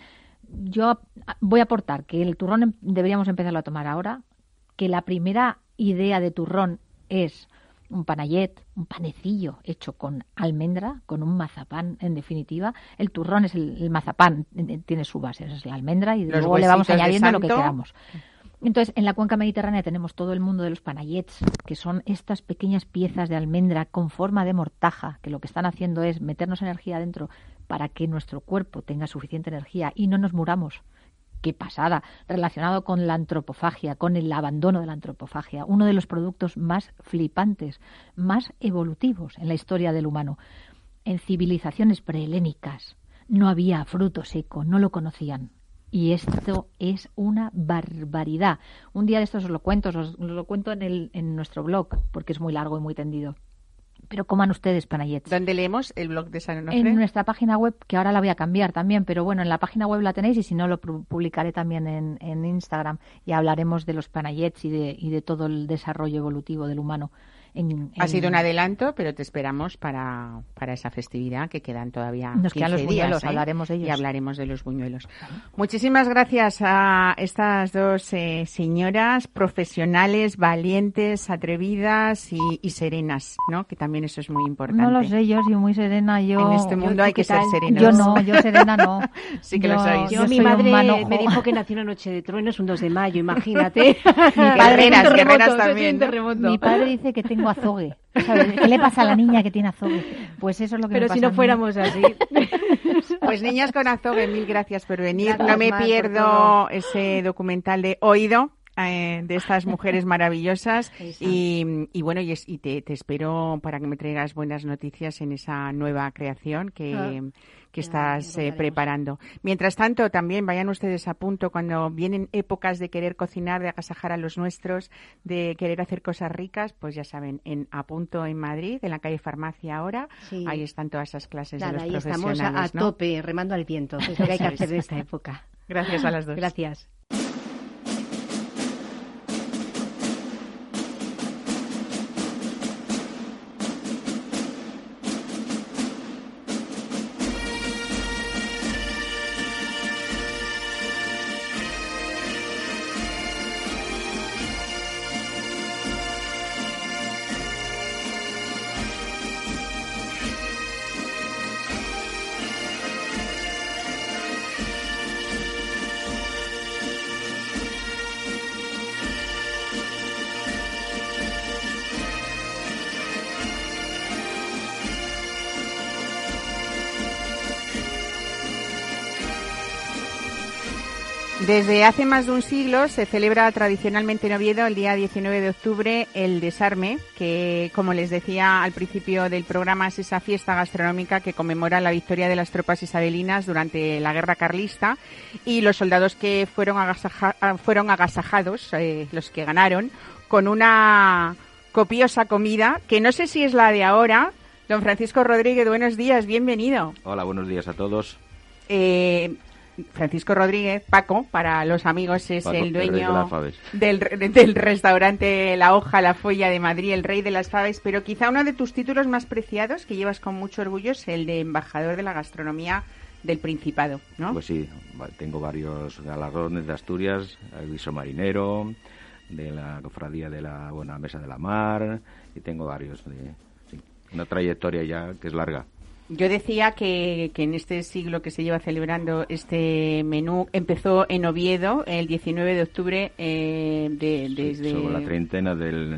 yo voy a aportar que el turrón deberíamos empezarlo a tomar ahora, que la primera idea de turrón es un panayet, un panecillo hecho con almendra, con un mazapán, en definitiva. El turrón es el mazapán, tiene su base, es la almendra, y luego le vamos añadiendo lo que queramos. Entonces, en la cuenca mediterránea tenemos todo el mundo de los panayets, que son estas pequeñas piezas de almendra con forma de mortaja, que lo que están haciendo es meternos energía dentro para que nuestro cuerpo tenga suficiente energía y no nos muramos. Qué pasada, relacionado con la antropofagia, con el abandono de la antropofagia, uno de los productos más flipantes, más evolutivos en la historia del humano. En civilizaciones prehelénicas no había fruto seco, no lo conocían. Y esto es una barbaridad. Un día de estos os lo cuento en nuestro blog, porque es muy largo y muy tendido. Pero coman ustedes panayets. ¿Dónde leemos el blog de San Onofre? En nuestra página web, que ahora la voy a cambiar también, pero bueno, en la página web la tenéis y si no lo publicaré también en Instagram y hablaremos de los panayets y de todo el desarrollo evolutivo del humano Ha sido un adelanto, pero te esperamos para esa festividad, que quedan todavía 15 Nos quedan los días, buñuelos, hablaremos de ellos. Y hablaremos de los buñuelos. Muchísimas gracias a estas dos señoras profesionales, valientes, atrevidas y serenas, ¿no? Que también eso es muy importante. No lo sé, yo soy muy serena. En este mundo hay que ser serenos. Yo no, yo serena no. Sí que lo sois. Yo mi soy madre un manojo. me dijo que nació una noche de truenos, un 2 de mayo, imagínate. Guerreras también, ¿no? Terremoto. Mi padre dice que tengo azogue. ¿Sabes? ¿Qué le pasa a la niña que tiene azogue? Pues eso es lo que Pero me pasa si no a mí. fuéramos así. Pues niñas con azogue, mil gracias por venir. Gracias, No me Mar, por pierdo todo. ese documental de Oído, de estas mujeres maravillosas. Y bueno, y te espero para que me traigas buenas noticias en esa nueva creación que estás preparando. Mientras tanto, también vayan ustedes a punto cuando vienen épocas de querer cocinar, de agasajar a los nuestros, de querer hacer cosas ricas, pues ya saben, en A Punto en Madrid, en la calle Farmacia ahora, Sí. ahí están todas esas clases de los Ahí profesionales. estamos a ¿no? tope, remando al viento. Es lo que hay que hacer en esta época. Gracias a las dos. Gracias. Desde hace más de un siglo se celebra tradicionalmente en Oviedo el día 19 de octubre el Desarme, que, como les decía al principio del programa, es esa fiesta gastronómica que conmemora la victoria de las tropas isabelinas durante la guerra carlista y los soldados que fueron agasajados, los que ganaron, con una copiosa comida, que no sé si es la de ahora. Don Francisco Rodríguez, buenos días, bienvenido. Hola, buenos días a todos. Francisco Rodríguez, Paco, para los amigos, es Paco, el el rey de dueño las faves. del restaurante La Hoja, La Folla de Madrid, el rey de las faves, pero quizá uno de tus títulos más preciados, que llevas con mucho orgullo, es el de embajador de la gastronomía del Principado, ¿no? Pues sí, tengo varios galardones de Asturias, aviso marinero, de la cofradía de la Buena Mesa de la Mar, y tengo varios, una trayectoria ya que es larga. Yo decía que en este siglo que se lleva celebrando este menú empezó en Oviedo el 19 de octubre desde... Sobre la treintena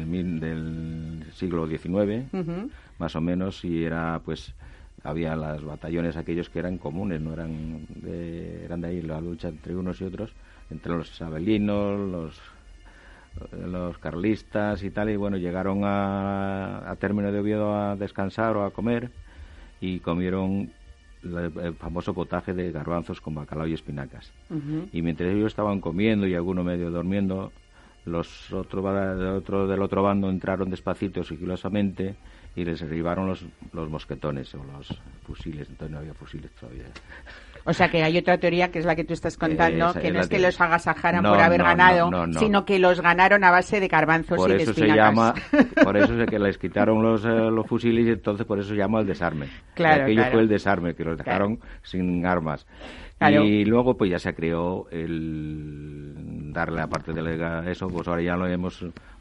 del siglo XIX, más o menos, y era pues había las batallones aquellos que eran comunes, no eran de ahí la lucha entre unos y otros, entre los isabelinos, los carlistas y tal, y bueno, llegaron a término de Oviedo a descansar o a comer, y comieron el famoso potaje de garbanzos con bacalao y espinacas. Y mientras ellos estaban comiendo y alguno medio durmiendo, los otros del otro bando entraron despacito, sigilosamente, y les derribaron los mosquetones o los fusiles. Entonces no había fusiles todavía. O sea que hay otra teoría que es la que tú estás contando, que no es que los agasajaran no, por haber ganado, no. sino que los ganaron a base de garbanzos por y de eso espinacas. Por eso es que les quitaron los fusiles, y entonces por eso se llama el desarme. Claro, aquello claro. fue el desarme, que los dejaron sin armas. Claro. Y luego pues ya se creó el darle, aparte de eso, pues ahora ya lo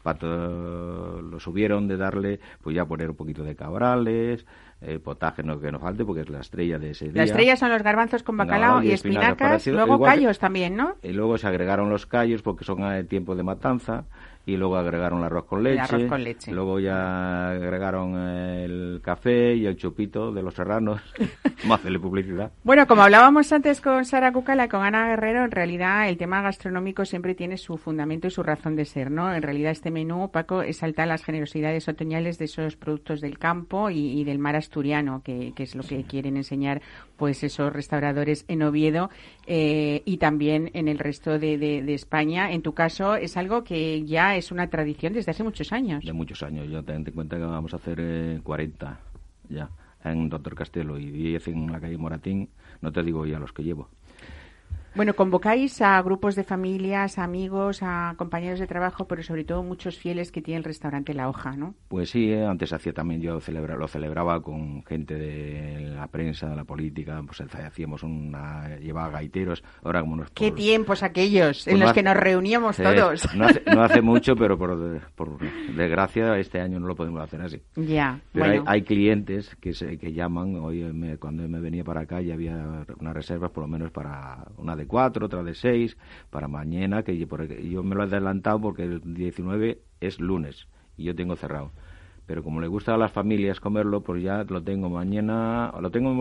subieron de darle, pues ya poner un poquito de cabrales, potaje no que no falte, porque es la estrella de ese día. La estrella son los garbanzos con bacalao y espinacas, luego callos también, ¿no? Y luego se agregaron los callos porque son a tiempo de matanza, y luego agregaron el arroz con leche. Luego ya agregaron el café y el chupito de los serranos. Más hacerle publicidad. Bueno, como hablábamos antes con Sara Cucala y con Ana Guerrero, en realidad el tema gastronómico siempre tiene su fundamento y su razón de ser, ¿no? En realidad este menú, Paco, exalta las generosidades otoñales de esos productos del campo y del mar asturiano, que es lo que quieren enseñar pues esos restauradores en Oviedo y también en el resto de España. En tu caso es algo que ya es una tradición desde hace muchos años. De muchos años. Yo ten en cuenta que vamos a hacer 40 ya en Doctor Castelo y 10 en la calle Moratín. No te digo ya los que llevo. Bueno, convocáis a grupos de familias, a amigos, a compañeros de trabajo, pero sobre todo muchos fieles que tienen el restaurante La Hoja, ¿no? Pues sí, antes hacía también, yo lo celebraba con gente de la prensa, de la política, pues hacíamos llevaba gaiteros, ahora como nos... ¡Qué tiempos aquellos en los que nos reuníamos todos! No hace mucho, pero por desgracia este año no lo podemos hacer así. Ya, pero bueno. hay clientes que llaman, hoy cuando me venía para acá ya había unas reservas por lo menos para una de 4, otra de 6, para mañana, que yo me lo he adelantado porque el 19 es lunes y yo tengo cerrado. Pero como le gusta a las familias comerlo, pues ya lo tengo mañana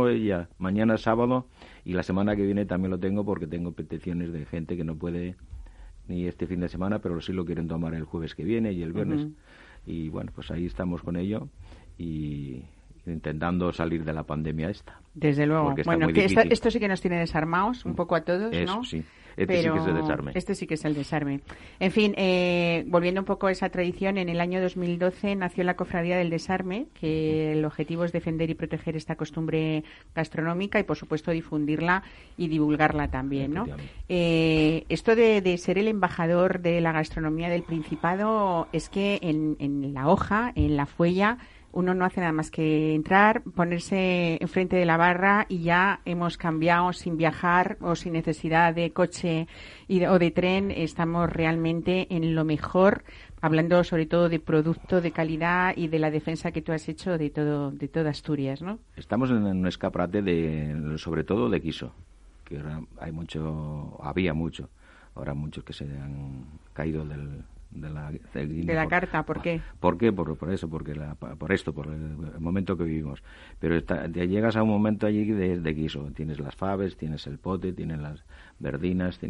es sábado, y la semana que viene también lo tengo porque tengo peticiones de gente que no puede ni este fin de semana, pero sí lo quieren tomar el jueves que viene y el viernes. Y bueno, pues ahí estamos con ello y intentando salir de la pandemia esta. Desde luego. Bueno, que esto sí que nos tiene desarmados un poco a todos, eso, ¿no? Sí. Este sí que es el desarme. Este sí que es el desarme. En fin, volviendo un poco a esa tradición, en el año 2012 nació la Cofradía del Desarme, que el objetivo es defender y proteger esta costumbre gastronómica y, por supuesto, difundirla y divulgarla también, ¿no? Esto de ser el embajador de la gastronomía del Principado es que en La Hoja, en La Fuella, uno no hace nada más que entrar, ponerse enfrente de la barra y ya hemos cambiado sin viajar o sin necesidad de coche o de tren. Estamos realmente en lo mejor, hablando sobre todo de producto de calidad y de la defensa que tú has hecho de toda Asturias, ¿no? Estamos en un escaparate sobre todo de quiso, que ahora había mucho, ahora muchos que se han caído de la carta. ¿Por qué? ¿Por qué? Por eso, por el momento que vivimos. Pero llegas a un momento allí de guiso. Tienes las faves, tienes el pote, tienes las verdinas,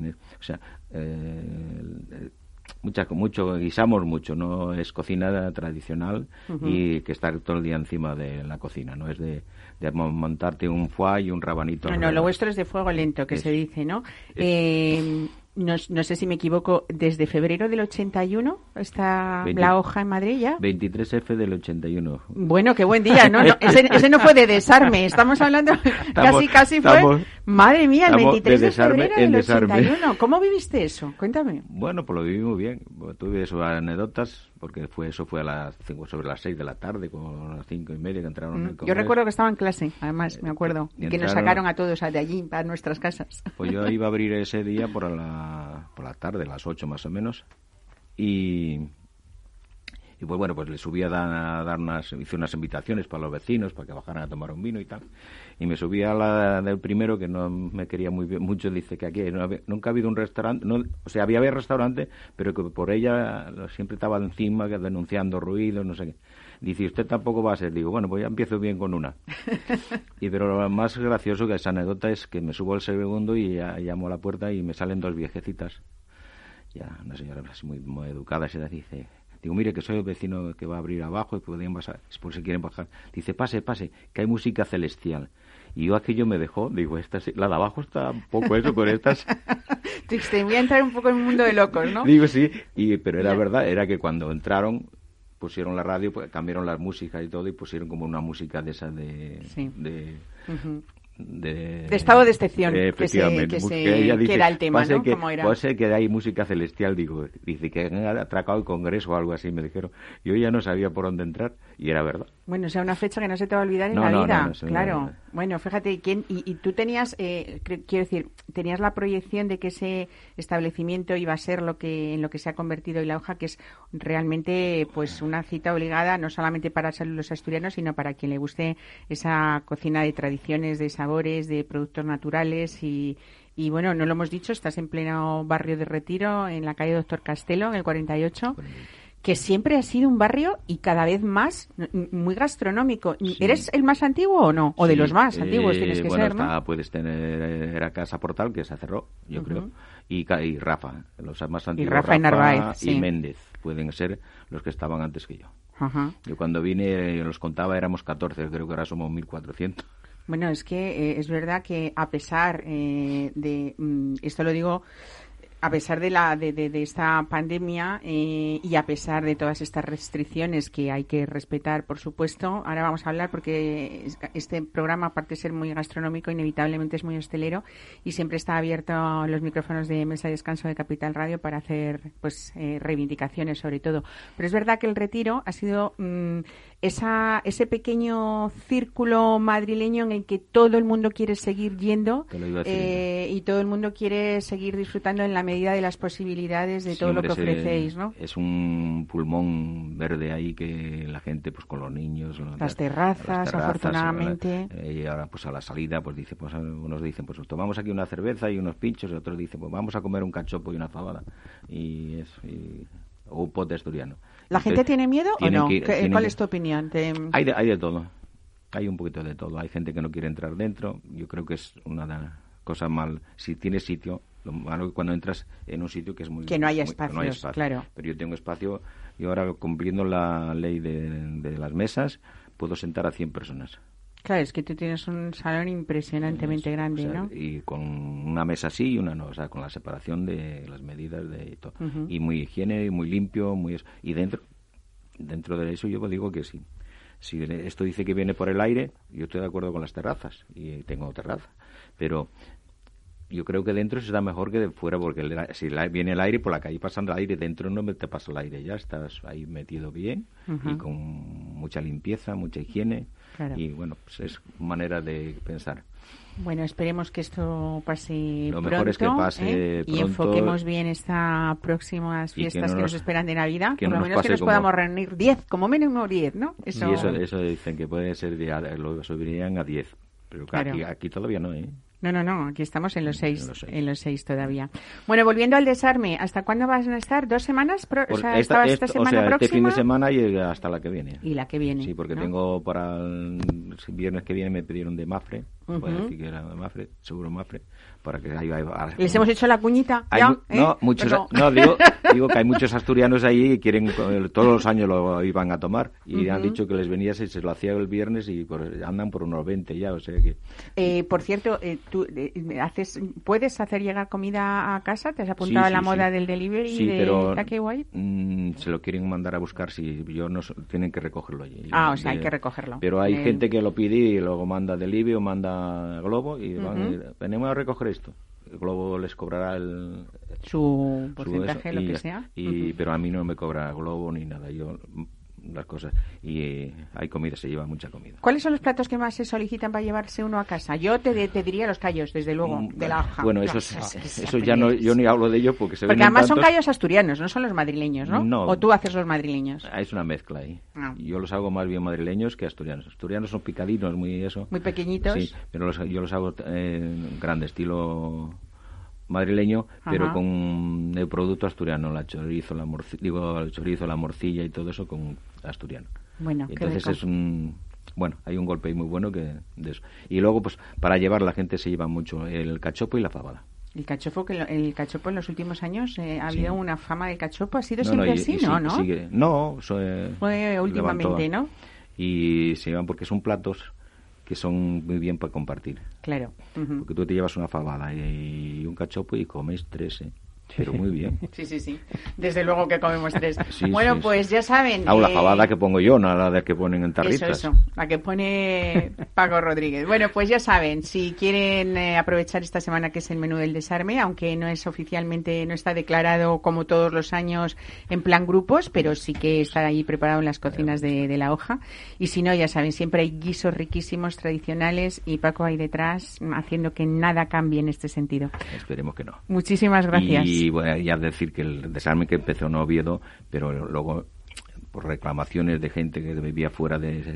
guisamos mucho. No es cocina tradicional y que estar todo el día encima de la cocina. No es de montarte un foie y un rabanito. No, lo vuestro es de fuego lento, que se dice, ¿no? No sé si me equivoco, ¿desde febrero del 81 está La Hoja en Madrid ya? 23F del 81. Bueno, qué buen día, ¿no? Ese no fue de desarme, estamos hablando, casi fue, madre mía, el 23 de febrero del 81. ¿Cómo viviste eso? Cuéntame. Bueno, pues lo viví muy bien, tuve sus anécdotas, porque eso fue sobre las 6 de la tarde, con las 5:30 que entraron. Yo recuerdo que estaba en clase, además, me acuerdo, y que nos sacaron a todos de allí, a nuestras casas. Pues yo iba a abrir ese día por la tarde, las 8 más o menos, y pues bueno, pues le subí hice unas invitaciones para los vecinos, para que bajaran a tomar un vino y tal, y me subí a la del primero, que no me quería mucho, dice que aquí nunca ha habido un restaurante, había restaurante, pero que por ella siempre estaba encima, denunciando ruidos, no sé qué. Dice, ¿usted tampoco va a ser? Digo, bueno, pues ya empiezo bien con una. Pero lo más gracioso que esa anécdota es que me subo al segundo y ya llamo a la puerta y me salen 2 viejecitas. Ya, una señora así muy educada, se dice, digo, mire, que soy el vecino que va a abrir abajo y podrían pasar, por si quieren bajar. Dice, pase, que hay música celestial. Y yo aquello me dejó, digo, la de abajo está un poco eso con estas. Te voy a entrar un poco en un mundo de locos, ¿no? Digo, sí, pero era verdad, era que cuando entraron, pusieron la radio, pues, cambiaron las músicas y todo, y pusieron como una música de esas de estado de excepción, efectivamente, que era el tema, ¿no? ¿Cómo era? Puede ser que hay música celestial, dice que han atracado el Congreso o algo así, me dijeron. Yo ya no sabía por dónde entrar, y era verdad. Bueno, o sea, una fecha que no se te va a olvidar en la vida, claro. Bueno, fíjate, y tú tenías, quiero decir, tenías la proyección de que ese establecimiento iba a ser en lo que se ha convertido hoy La Hoja, que es realmente pues una cita obligada, no solamente para los asturianos, sino para quien le guste esa cocina de tradiciones, de sabores, de productos naturales y bueno, no lo hemos dicho, estás en pleno barrio de Retiro, en la calle Doctor Castelo, en el 48. Que siempre ha sido un barrio y cada vez más muy gastronómico. Sí. ¿Eres el más antiguo o no? O de los más antiguos tienes que ser, ¿no? Puedes tener, era Casa Portal, que se cerró, yo creo, y Rafa, los más antiguos. Y Rafa y Narváez, y Méndez, pueden ser los que estaban antes que yo. Yo cuando vine, los contaba, éramos 14, creo que ahora somos 1.400. Bueno, es que es verdad que a pesar de... esto lo digo... a pesar de esta pandemia y a pesar de todas estas restricciones que hay que respetar, por supuesto, ahora vamos a hablar porque este programa, aparte de ser muy gastronómico, inevitablemente es muy hostelero y siempre está abierto los micrófonos de Mesa y Descanso de Capital Radio para hacer pues reivindicaciones sobre todo. Pero es verdad que el Retiro ha sido ese pequeño círculo madrileño en el que todo el mundo quiere seguir yendo y todo el mundo quiere seguir disfrutando en la medida de las posibilidades de todo lo que ofrecéis, ¿no? Es un pulmón verde ahí que la gente, pues con los niños... Las terrazas, afortunadamente. Y ahora, pues a la salida, pues dice, pues unos dicen, pues tomamos aquí una cerveza y unos pinchos, y otros dicen, pues vamos a comer un cachopo y una fabada. O un pote asturiano. ¿La gente tiene miedo o no? ¿Cuál es tu opinión? Hay de todo. Hay un poquito de todo. Hay gente que no quiere entrar dentro. Yo creo que es una cosa mal. Si tienes sitio, lo malo es cuando entras en un sitio que es muy... Que no haya espacios, claro. Pero yo tengo espacio y ahora, cumpliendo la ley de las mesas, puedo sentar a 100 personas. Claro, es que tú tienes un salón impresionantemente grande, o sea, ¿no? Y con una mesa sí y una no, o sea, con la separación de las medidas de todo. Y muy higiene, y muy limpio, y dentro de eso yo digo que sí. Si esto dice que viene por el aire, yo estoy de acuerdo con las terrazas, y tengo terraza, pero yo creo que dentro se está mejor que de fuera, porque si viene el aire, por la calle pasando el aire, dentro no te pasa el aire, ya estás ahí metido bien y con mucha limpieza, mucha higiene. Claro. Y bueno, pues es manera de pensar. Bueno, esperemos que esto pase Lo pronto. Mejor es que pase pronto, y enfoquemos bien estas próximas fiestas que nos esperan de Navidad. Que por lo menos que nos podamos reunir 10, como mínimo 10, ¿no? Eso dicen que puede ser, lo subirían a 10. Pero claro. aquí todavía no, ¿eh? No, aquí estamos en los 6 todavía. Bueno, volviendo al desarme, ¿hasta cuándo vas a estar? ¿2 semanas? ¿Esta semana próxima? Este fin de semana y hasta la que viene. Y la que viene. Sí, porque tengo para el viernes que viene me pidieron de Mafre, puedo decir que era de Mafre, seguro Mafre, para que ¿Les hemos hecho la cuñita? Digo que hay muchos asturianos ahí que quieren, todos los años lo iban a tomar y han dicho que les venía si se lo hacía el viernes y andan por unos 20 ya, o sea que... por cierto, ¿tú puedes hacer llegar comida a casa? ¿Te has apuntado a la moda del delivery de Cake White? Se lo quieren mandar a buscar, si yo no tienen que recogerlo allí. O sea, hay que recogerlo. Pero hay gente que lo pide y luego manda delivery o manda Globo y venimos a recoger esto. El Globo les cobrará su porcentaje, lo que sea. Pero a mí no me cobra Globo ni nada. Yo las cosas y hay comida, se lleva mucha comida. ¿Cuáles son los platos que más se solicitan para llevarse uno a casa? Yo te diría los callos, desde luego, de la hoja. Bueno, eso ya no, yo ni hablo de ello porque además son callos asturianos, no son los madrileños, ¿no? No. ¿O tú haces los madrileños? Es una mezcla ahí. Yo los hago más bien madrileños que asturianos. Asturianos son picadinos, muy pequeñitos. Sí, pero yo los hago en grande estilo madrileño, pero con el producto asturiano, el chorizo, la morcilla y todo eso con asturiano. Bueno, entonces es hay un golpe ahí muy bueno de eso. Y luego, pues para llevar, la gente se lleva mucho el cachopo y la fabada. El cachopo en los últimos años ha habido una fama del cachopo, ¿ha sido siempre así? ¿No? Fue últimamente, ¿no? Y se llevan porque son platos que son muy bien para compartir. Claro. Porque tú te llevas una fabada y un cachopo y comes 3, pero muy bien. Sí. Desde luego que comemos 3. Pues ya saben... la fabada que pongo yo, no la de que ponen en tarritas. Eso. La que pone Paco Rodríguez. Bueno, pues ya saben, si quieren aprovechar esta semana que es el menú del desarme, aunque no es oficialmente, no está declarado como todos los años en plan grupos, pero sí que está ahí preparado en las cocinas de la hoja. Y si no, ya saben, siempre hay guisos riquísimos, tradicionales, y Paco ahí detrás haciendo que nada cambie en este sentido. Esperemos que no. Muchísimas gracias. Y bueno, ya decir que el desarme que empezó en Oviedo, pero luego por reclamaciones de gente que vivía fuera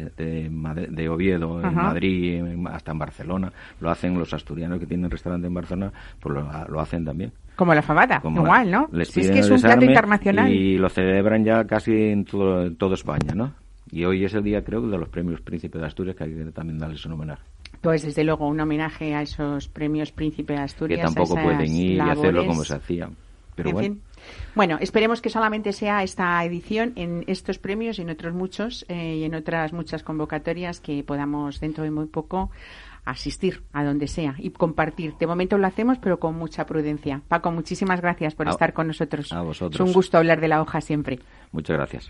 de Oviedo, en Madrid, hasta en Barcelona, lo hacen los asturianos que tienen restaurante en Barcelona, pues lo hacen también. Como la fabada, igual, ¿no? Si es que es un plato internacional. Y lo celebran ya casi en todo España, ¿no? Y hoy es el día, creo, de los premios Príncipe de Asturias, que hay que también darles un homenaje. Pues desde luego un homenaje a esos premios Príncipe de Asturias. Que tampoco pueden ir y hacerlo como se hacía. Pero en fin. Bueno, esperemos que solamente sea esta edición en estos premios y en otros muchos y en otras muchas convocatorias que podamos dentro de muy poco asistir a donde sea y compartir. De momento lo hacemos, pero con mucha prudencia. Paco, muchísimas gracias por estar con nosotros. A vosotros. Es un gusto hablar de la hoja siempre. Muchas gracias.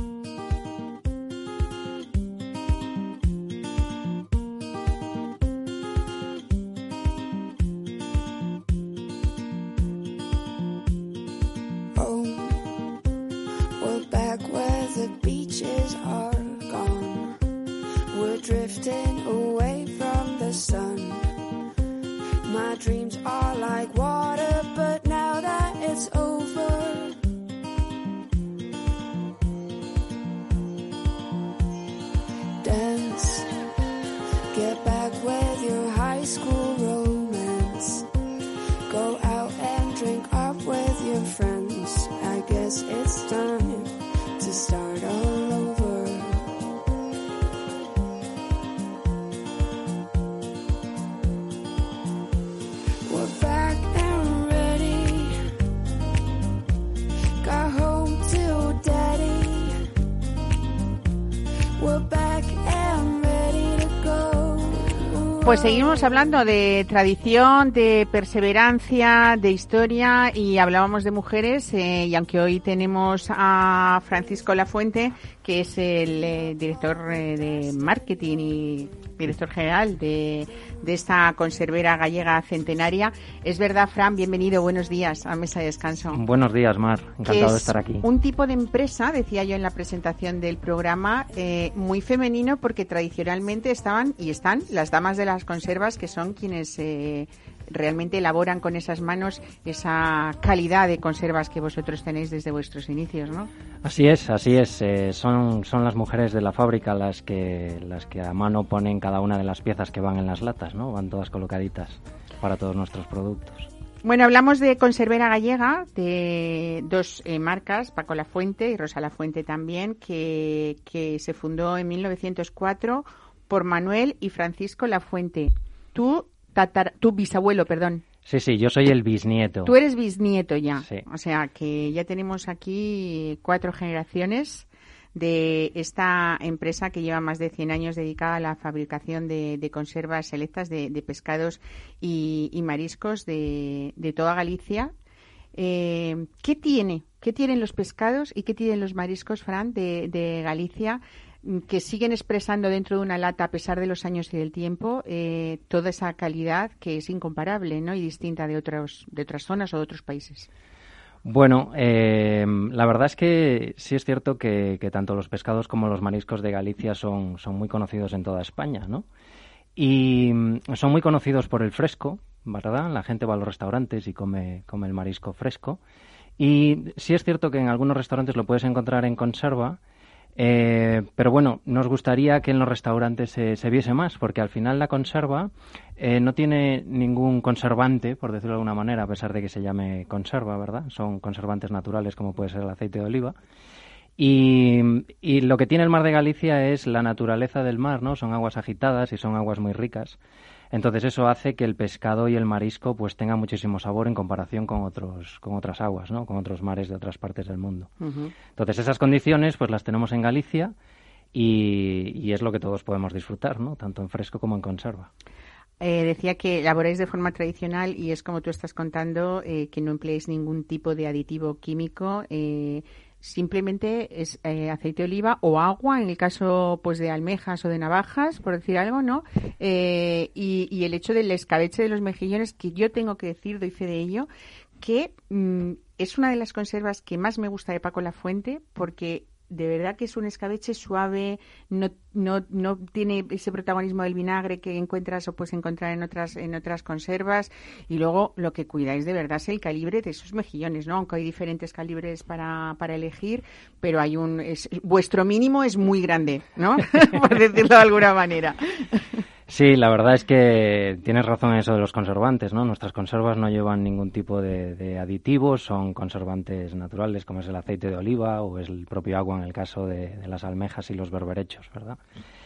Drifting away from the sun. My dreams are like water, but now that it's over, dance, get back with your high school romance, go out and drink up with your friends. I guess it's time to start all over. Pues seguimos hablando de tradición, de perseverancia, de historia y hablábamos de mujeres y aunque hoy tenemos a Francisco Lafuente, que es el director de marketing y director general de esta conservera gallega centenaria. Es verdad, Fran, bienvenido, buenos días a Mesa de Descanso. Buenos días, Mar, encantado de estar aquí. Un tipo de empresa, decía yo en la presentación del programa, muy femenino porque tradicionalmente estaban y están las damas de las conservas, que son quienes realmente elaboran con esas manos esa calidad de conservas que vosotros tenéis desde vuestros inicios, ¿no? Así es. Son las mujeres de la fábrica las que a mano ponen cada una de las piezas que van en las latas, ¿no? Van todas colocaditas para todos nuestros productos. Bueno, hablamos de conservera gallega, de dos marcas, Paco Lafuente y Rosa Lafuente también, que se fundó en 1904 por Manuel y Francisco Lafuente. Tu bisabuelo, perdón. Sí, yo soy el bisnieto. Tú eres bisnieto ya. Sí. O sea que ya tenemos aquí 4 generaciones de esta empresa que lleva más de 100 años dedicada a la fabricación de conservas selectas de pescados y mariscos de toda Galicia. ¿Qué tienen los pescados y qué tienen los mariscos, Fran, de Galicia, que siguen expresando dentro de una lata, a pesar de los años y del tiempo, toda esa calidad que es incomparable, ¿no? Y distinta de otras zonas o de otros países? Bueno, la verdad es que sí es cierto que tanto los pescados como los mariscos de Galicia son muy conocidos en toda España, ¿no? Y son muy conocidos por el fresco, ¿verdad? La gente va a los restaurantes y come el marisco fresco. Y sí es cierto que en algunos restaurantes lo puedes encontrar en conserva, pero bueno, nos gustaría que en los restaurantes se viese más, porque al final la conserva no tiene ningún conservante, por decirlo de alguna manera, a pesar de que se llame conserva, ¿verdad? Son conservantes naturales, como puede ser el aceite de oliva. Y lo que tiene el mar de Galicia es la naturaleza del mar, ¿no? Son aguas agitadas y son aguas muy ricas. Entonces eso hace que el pescado y el marisco pues tengan muchísimo sabor en comparación con otras aguas, ¿no? Con otros mares de otras partes del mundo. Uh-huh. Entonces esas condiciones pues las tenemos en Galicia y es lo que todos podemos disfrutar, ¿no? Tanto en fresco como en conserva. Decía que elaboráis de forma tradicional y es como tú estás contando, que no empleáis ningún tipo de aditivo químico. Simplemente es aceite de oliva o agua, en el caso pues de almejas o de navajas, por decir algo, ¿no? Y el hecho del escabeche de los mejillones, que yo tengo que decir, doy fe de ello, que es una de las conservas que más me gusta de Paco Lafuente, porque de verdad que es un escabeche suave, no tiene ese protagonismo del vinagre que encuentras o puedes encontrar en otras conservas. Y luego lo que cuidáis de verdad es el calibre de esos mejillones, ¿no? Aunque hay diferentes calibres para elegir, pero hay vuestro mínimo es muy grande, ¿no? Por decirlo de alguna manera. Sí, la verdad es que tienes razón en eso de los conservantes, ¿no? Nuestras conservas no llevan ningún tipo de aditivos, son conservantes naturales como es el aceite de oliva o es el propio agua en el caso de las almejas y los berberechos, ¿verdad?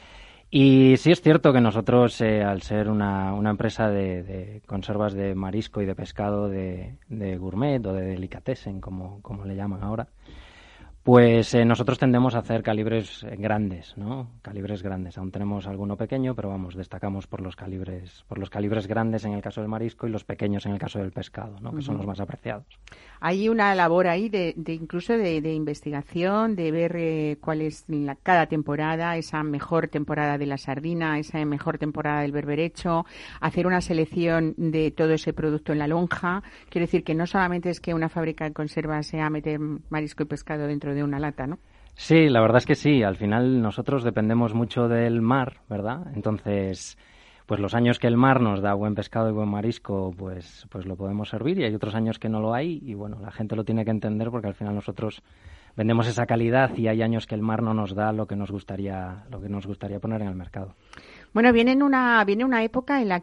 Y sí es cierto que nosotros, al ser una empresa de conservas de marisco y de pescado de gourmet o de delicatessen, como le llaman ahora, Pues nosotros tendemos a hacer calibres grandes, ¿no? Calibres grandes. Aún tenemos alguno pequeño, pero vamos, destacamos por los calibres grandes en el caso del marisco y los pequeños en el caso del pescado, ¿no? Que son los más apreciados. Hay una labor ahí de incluso de investigación, de ver cuál es cada temporada, esa mejor temporada de la sardina, esa mejor temporada del berberecho, hacer una selección de todo ese producto en la lonja. Quiero decir que no solamente es que una fábrica de conservas sea meter marisco y pescado dentro de una lata, ¿no? Sí, la verdad es que sí. Al final nosotros dependemos mucho del mar, ¿verdad? Entonces, pues los años que el mar nos da buen pescado y buen marisco, pues lo podemos servir, y hay otros años que no lo hay, y bueno, la gente lo tiene que entender porque al final nosotros vendemos esa calidad y hay años que el mar no nos da lo que nos gustaría poner en el mercado. Bueno, viene una época en la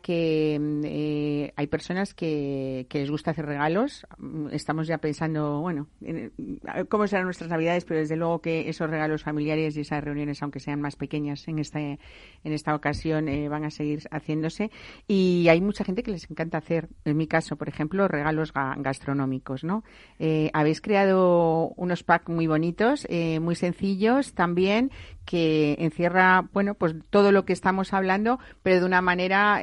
que hay personas que les gusta hacer regalos. Estamos ya pensando, bueno, cómo serán nuestras Navidades, pero desde luego que esos regalos familiares y esas reuniones, aunque sean más pequeñas en esta ocasión, van a seguir haciéndose. Y hay mucha gente que les encanta hacer, en mi caso, por ejemplo, regalos gastronómicos, ¿no? Habéis creado unos packs muy bonitos, muy sencillos también, que encierra, bueno, pues todo lo que estamos hablando, pero de una manera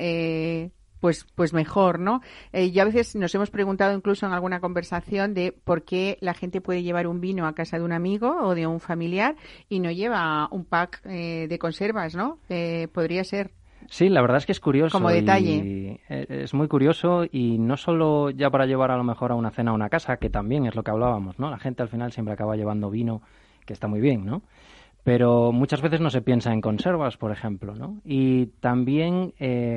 pues mejor, ¿no? Yo a veces nos hemos preguntado incluso en alguna conversación de por qué la gente puede llevar un vino a casa de un amigo o de un familiar y no lleva un pack de conservas, ¿no? Podría ser. Sí, la verdad es que es curioso. Como detalle. Es muy curioso, y no solo ya para llevar a lo mejor a una cena a una casa, que también es lo que hablábamos, ¿no? La gente al final siempre acaba llevando vino, que está muy bien, ¿no? Pero muchas veces no se piensa en conservas, por ejemplo, ¿no? Y también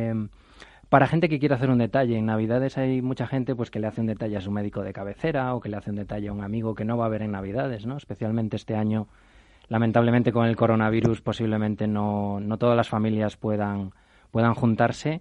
para gente que quiere hacer un detalle. En Navidades hay mucha gente pues que le hace un detalle a su médico de cabecera, o que le hace un detalle a un amigo que no va a ver en Navidades, ¿no? Especialmente este año, lamentablemente con el coronavirus, posiblemente no todas las familias puedan juntarse.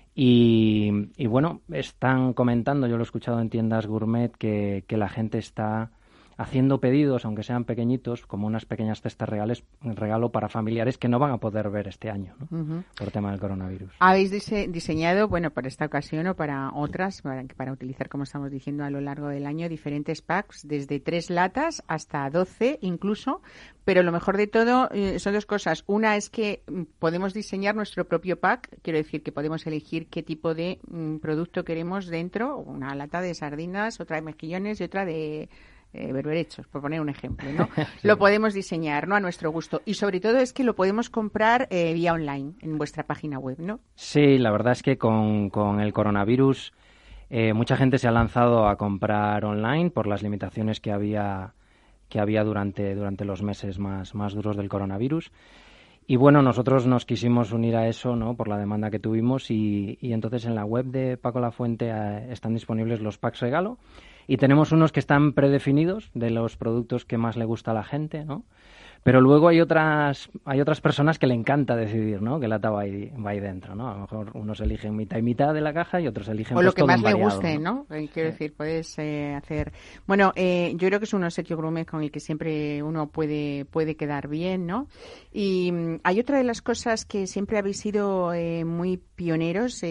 Y bueno, están comentando, yo lo he escuchado en tiendas gourmet, que la gente está haciendo pedidos, aunque sean pequeñitos, como unas pequeñas cestas regalo para familiares que no van a poder ver este año, ¿no? Por tema del coronavirus. ¿Habéis diseñado, bueno, para esta ocasión o para otras, para utilizar, como estamos diciendo, a lo largo del año, diferentes packs, desde 3 latas hasta 12 incluso? Pero lo mejor de todo son 2 cosas. Una es que podemos diseñar nuestro propio pack, quiero decir que podemos elegir qué tipo de producto queremos dentro, una lata de sardinas, otra de mejillones y otra de berberechos, por poner un ejemplo, ¿no? Sí. Lo podemos diseñar, ¿no? A nuestro gusto. Y sobre todo es que lo podemos comprar vía online, en vuestra página web, ¿no? Sí, la verdad es que con el coronavirus mucha gente se ha lanzado a comprar online por las limitaciones que había durante los meses más duros del coronavirus. Y bueno, nosotros nos quisimos unir a eso, ¿no? Por la demanda que tuvimos, y entonces en la web de Paco Lafuente están disponibles los packs regalo, y tenemos unos que están predefinidos de los productos que más le gusta a la gente, ¿no? Pero luego hay otras personas que le encanta decidir, ¿no? Qué lata va ahí dentro, ¿no? A lo mejor unos eligen mitad y mitad de la caja y otros eligen o lo que más le variado, guste, ¿no? Quiero decir, puedes hacer. Bueno, yo creo que es un obsequio gourmet con el que siempre uno puede quedar bien, ¿no? Y hay otra de las cosas que siempre habéis sido muy pioneros.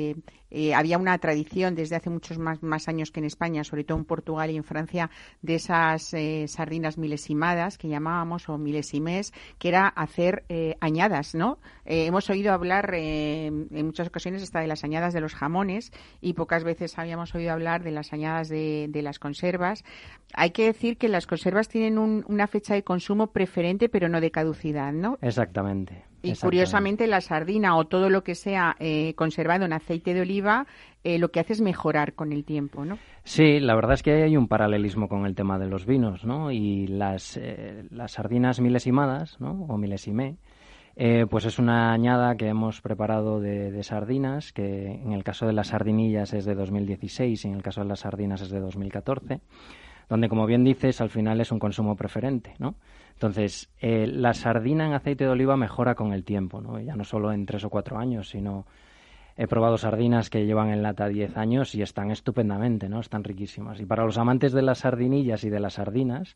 Había una tradición desde hace muchos más años que en España, sobre todo en Portugal y en Francia, de esas sardinas milesimadas que llamábamos, o milesimés, que era hacer añadas, ¿no? Hemos oído hablar en muchas ocasiones hasta de las añadas de los jamones, y pocas veces habíamos oído hablar de las añadas de las conservas. Hay que decir que las conservas tienen una fecha de consumo preferente, pero no de caducidad, ¿no? Exactamente. Y curiosamente la sardina o todo lo que sea conservado en aceite de oliva lo que hace es mejorar con el tiempo, ¿no? Sí, la verdad es que hay un paralelismo con el tema de los vinos, ¿no? Y las sardinas milesimadas, ¿no? O milesimé, pues es una añada que hemos preparado de sardinas, que en el caso de las sardinillas es de 2016 y en el caso de las sardinas es de 2014, donde, como bien dices, al final es un consumo preferente, ¿no? Entonces, la sardina en aceite de oliva mejora con el tiempo, ¿no? Ya no solo en 3 o 4 años, sino he probado sardinas que llevan en lata 10 años y están estupendamente, ¿no? Están riquísimas. Y para los amantes de las sardinillas y de las sardinas,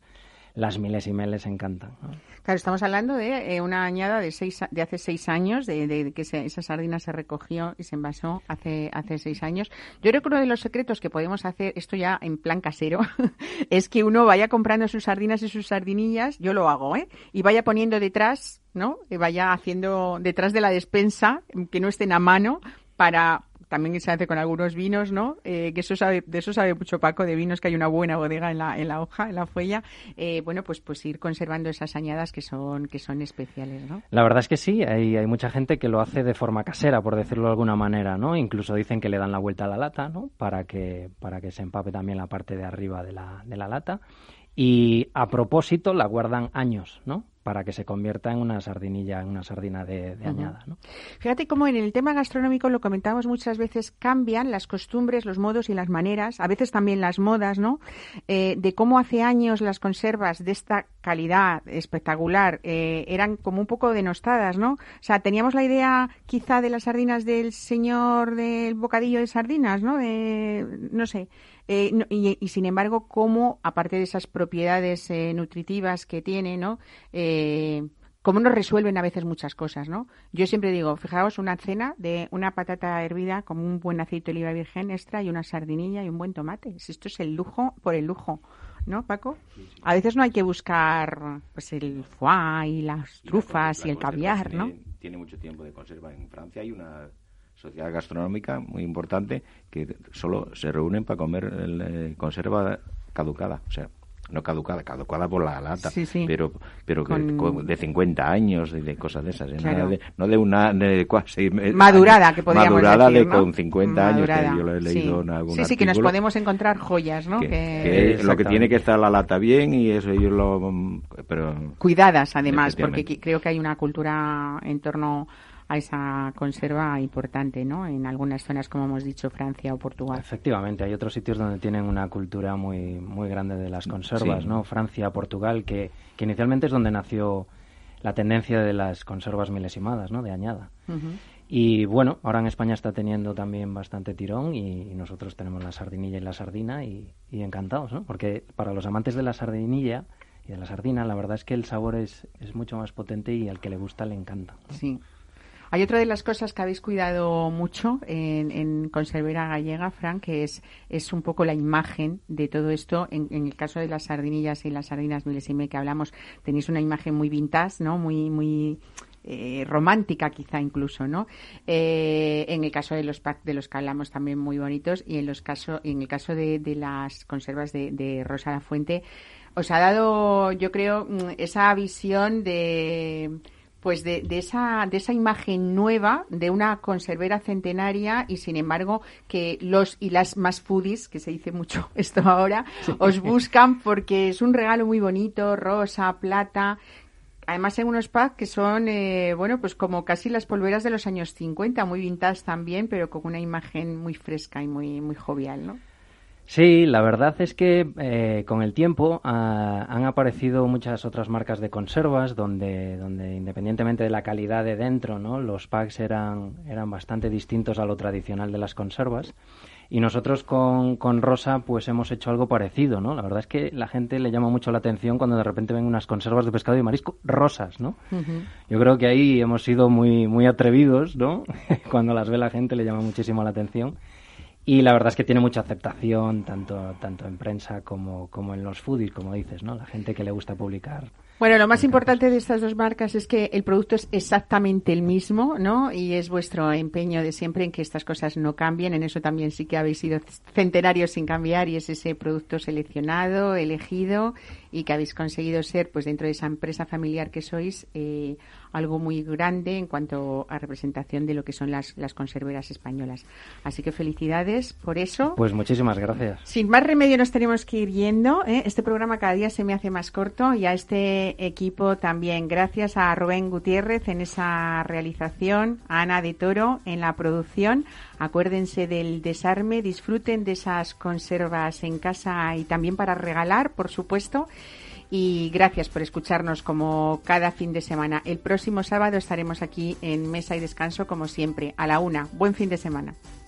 las milésimas les encantan, ¿no? Claro, estamos hablando de una añada de hace 6 años, de que esa sardina se recogió y se envasó hace 6 años. Yo creo que uno de los secretos que podemos hacer, esto ya en plan casero, es que uno vaya comprando sus sardinas y sus sardinillas, yo lo hago, y vaya poniendo detrás, ¿no? Y vaya haciendo detrás de la despensa, que no estén a mano, para... También se hace con algunos vinos, ¿no? Que de eso sabe mucho Paco, de vinos, que hay una buena bodega en la hoja, en la fuella. Bueno, pues ir conservando esas añadas que son especiales, ¿no? La verdad es que sí, hay mucha gente que lo hace de forma casera, por decirlo de alguna manera, ¿no? Incluso dicen que le dan la vuelta a la lata, ¿no? Para que se empape también la parte de arriba de la lata. Y a propósito la guardan años, ¿no? Para que se convierta en una sardinilla, en una sardina de añada, ¿no? Fíjate cómo en el tema gastronómico, lo comentamos muchas veces, cambian las costumbres, los modos y las maneras, a veces también las modas, ¿no? De cómo hace años las conservas de esta calidad espectacular eran como un poco denostadas, ¿no? O sea, teníamos la idea quizá de las sardinas del señor del bocadillo de sardinas, ¿no? No sé. Y sin embargo, cómo, aparte de esas propiedades nutritivas que tiene, ¿no? Cómo nos resuelven a veces muchas cosas, ¿no? Yo siempre digo, fijaos, una cena de una patata hervida con un buen aceite de oliva virgen extra y una sardinilla y un buen tomate. Si esto es el lujo por el lujo, ¿no, Paco? A veces no hay que buscar pues el foie y las trufas y el caviar, ¿no? Tiene mucho tiempo de conserva. En Francia hay una sociedad gastronómica muy importante que solo se reúnen para comer conserva caducada, o sea, no caducada por la lata, sí. pero de 50 años y de cosas de esas, claro. no de una madurada, años, que podríamos madurada decir, de ¿no? con 50 madurada, años, que yo lo he leído en algún artículo. Sí, que nos podemos encontrar joyas, ¿no? Que lo que tiene que estar la lata bien y eso ellos pero cuidadas, además, porque creo que hay una cultura en torno a esa conserva importante, ¿no? En algunas zonas, como hemos dicho, Francia o Portugal. Efectivamente, hay otros sitios donde tienen una cultura muy muy grande de las conservas, sí. ¿no? Francia, Portugal, que inicialmente es donde nació la tendencia de las conservas milesimadas, ¿no? De añada. Uh-huh. Y bueno, ahora en España está teniendo también bastante tirón y nosotros tenemos la sardinilla y la sardina y encantados, ¿no? Porque para los amantes de la sardinilla y de la sardina, la verdad es que el sabor es mucho más potente y al que le gusta le encanta, ¿no? Sí. Hay otra de las cosas que habéis cuidado mucho en Conservera Gallega, Fran, que es un poco la imagen de todo esto. En el caso de las sardinillas y las sardinas milésime que hablamos, tenéis una imagen muy vintage, ¿no? Muy romántica quizá incluso, ¿no? En el caso de los packs de los que hablamos también muy bonitos y en el caso de las conservas de Rosa Lafuente, os ha dado, yo creo, esa visión de esa imagen nueva de una conservera centenaria y sin embargo que los y las más foodies, que se dice mucho esto ahora, sí. Os buscan porque es un regalo muy bonito, rosa, plata. Además en unos packs que son, pues como casi las polveras de los años 50, muy vintage también, pero con una imagen muy fresca y muy, muy jovial, ¿no? Sí, la verdad es que con el tiempo han aparecido muchas otras marcas de conservas donde independientemente de la calidad de dentro, ¿no? Los packs eran bastante distintos a lo tradicional de las conservas. Y nosotros con Rosa pues hemos hecho algo parecido, ¿no? La verdad es que la gente le llama mucho la atención cuando de repente ven unas conservas de pescado y marisco rosas, ¿no? Uh-huh. Yo creo que ahí hemos sido muy, muy atrevidos, ¿no? Cuando las ve la gente le llama muchísimo la atención. Y la verdad es que tiene mucha aceptación tanto en prensa como en los foodies, como dices, ¿no? La gente que le gusta publicar. Bueno, lo más importante de estas dos marcas es que el producto es exactamente el mismo, ¿no? Y es vuestro empeño de siempre en que estas cosas no cambien. En eso también sí que habéis sido centenarios sin cambiar y es ese producto seleccionado, elegido y que habéis conseguido ser, pues dentro de esa empresa familiar que sois, algo muy grande en cuanto a representación de lo que son las conserveras españolas. Así que felicidades por eso. Pues muchísimas gracias. Sin más remedio nos tenemos que ir yendo, ¿eh? Este programa cada día se me hace más corto y a este equipo también. Gracias a Rubén Gutiérrez en esa realización, a Ana de Toro en la producción. Acuérdense del desarme, disfruten de esas conservas en casa y también para regalar, por supuesto. Y gracias por escucharnos como cada fin de semana. El próximo sábado estaremos aquí en Mesa y Descanso, como siempre, a la 1:00. Buen fin de semana.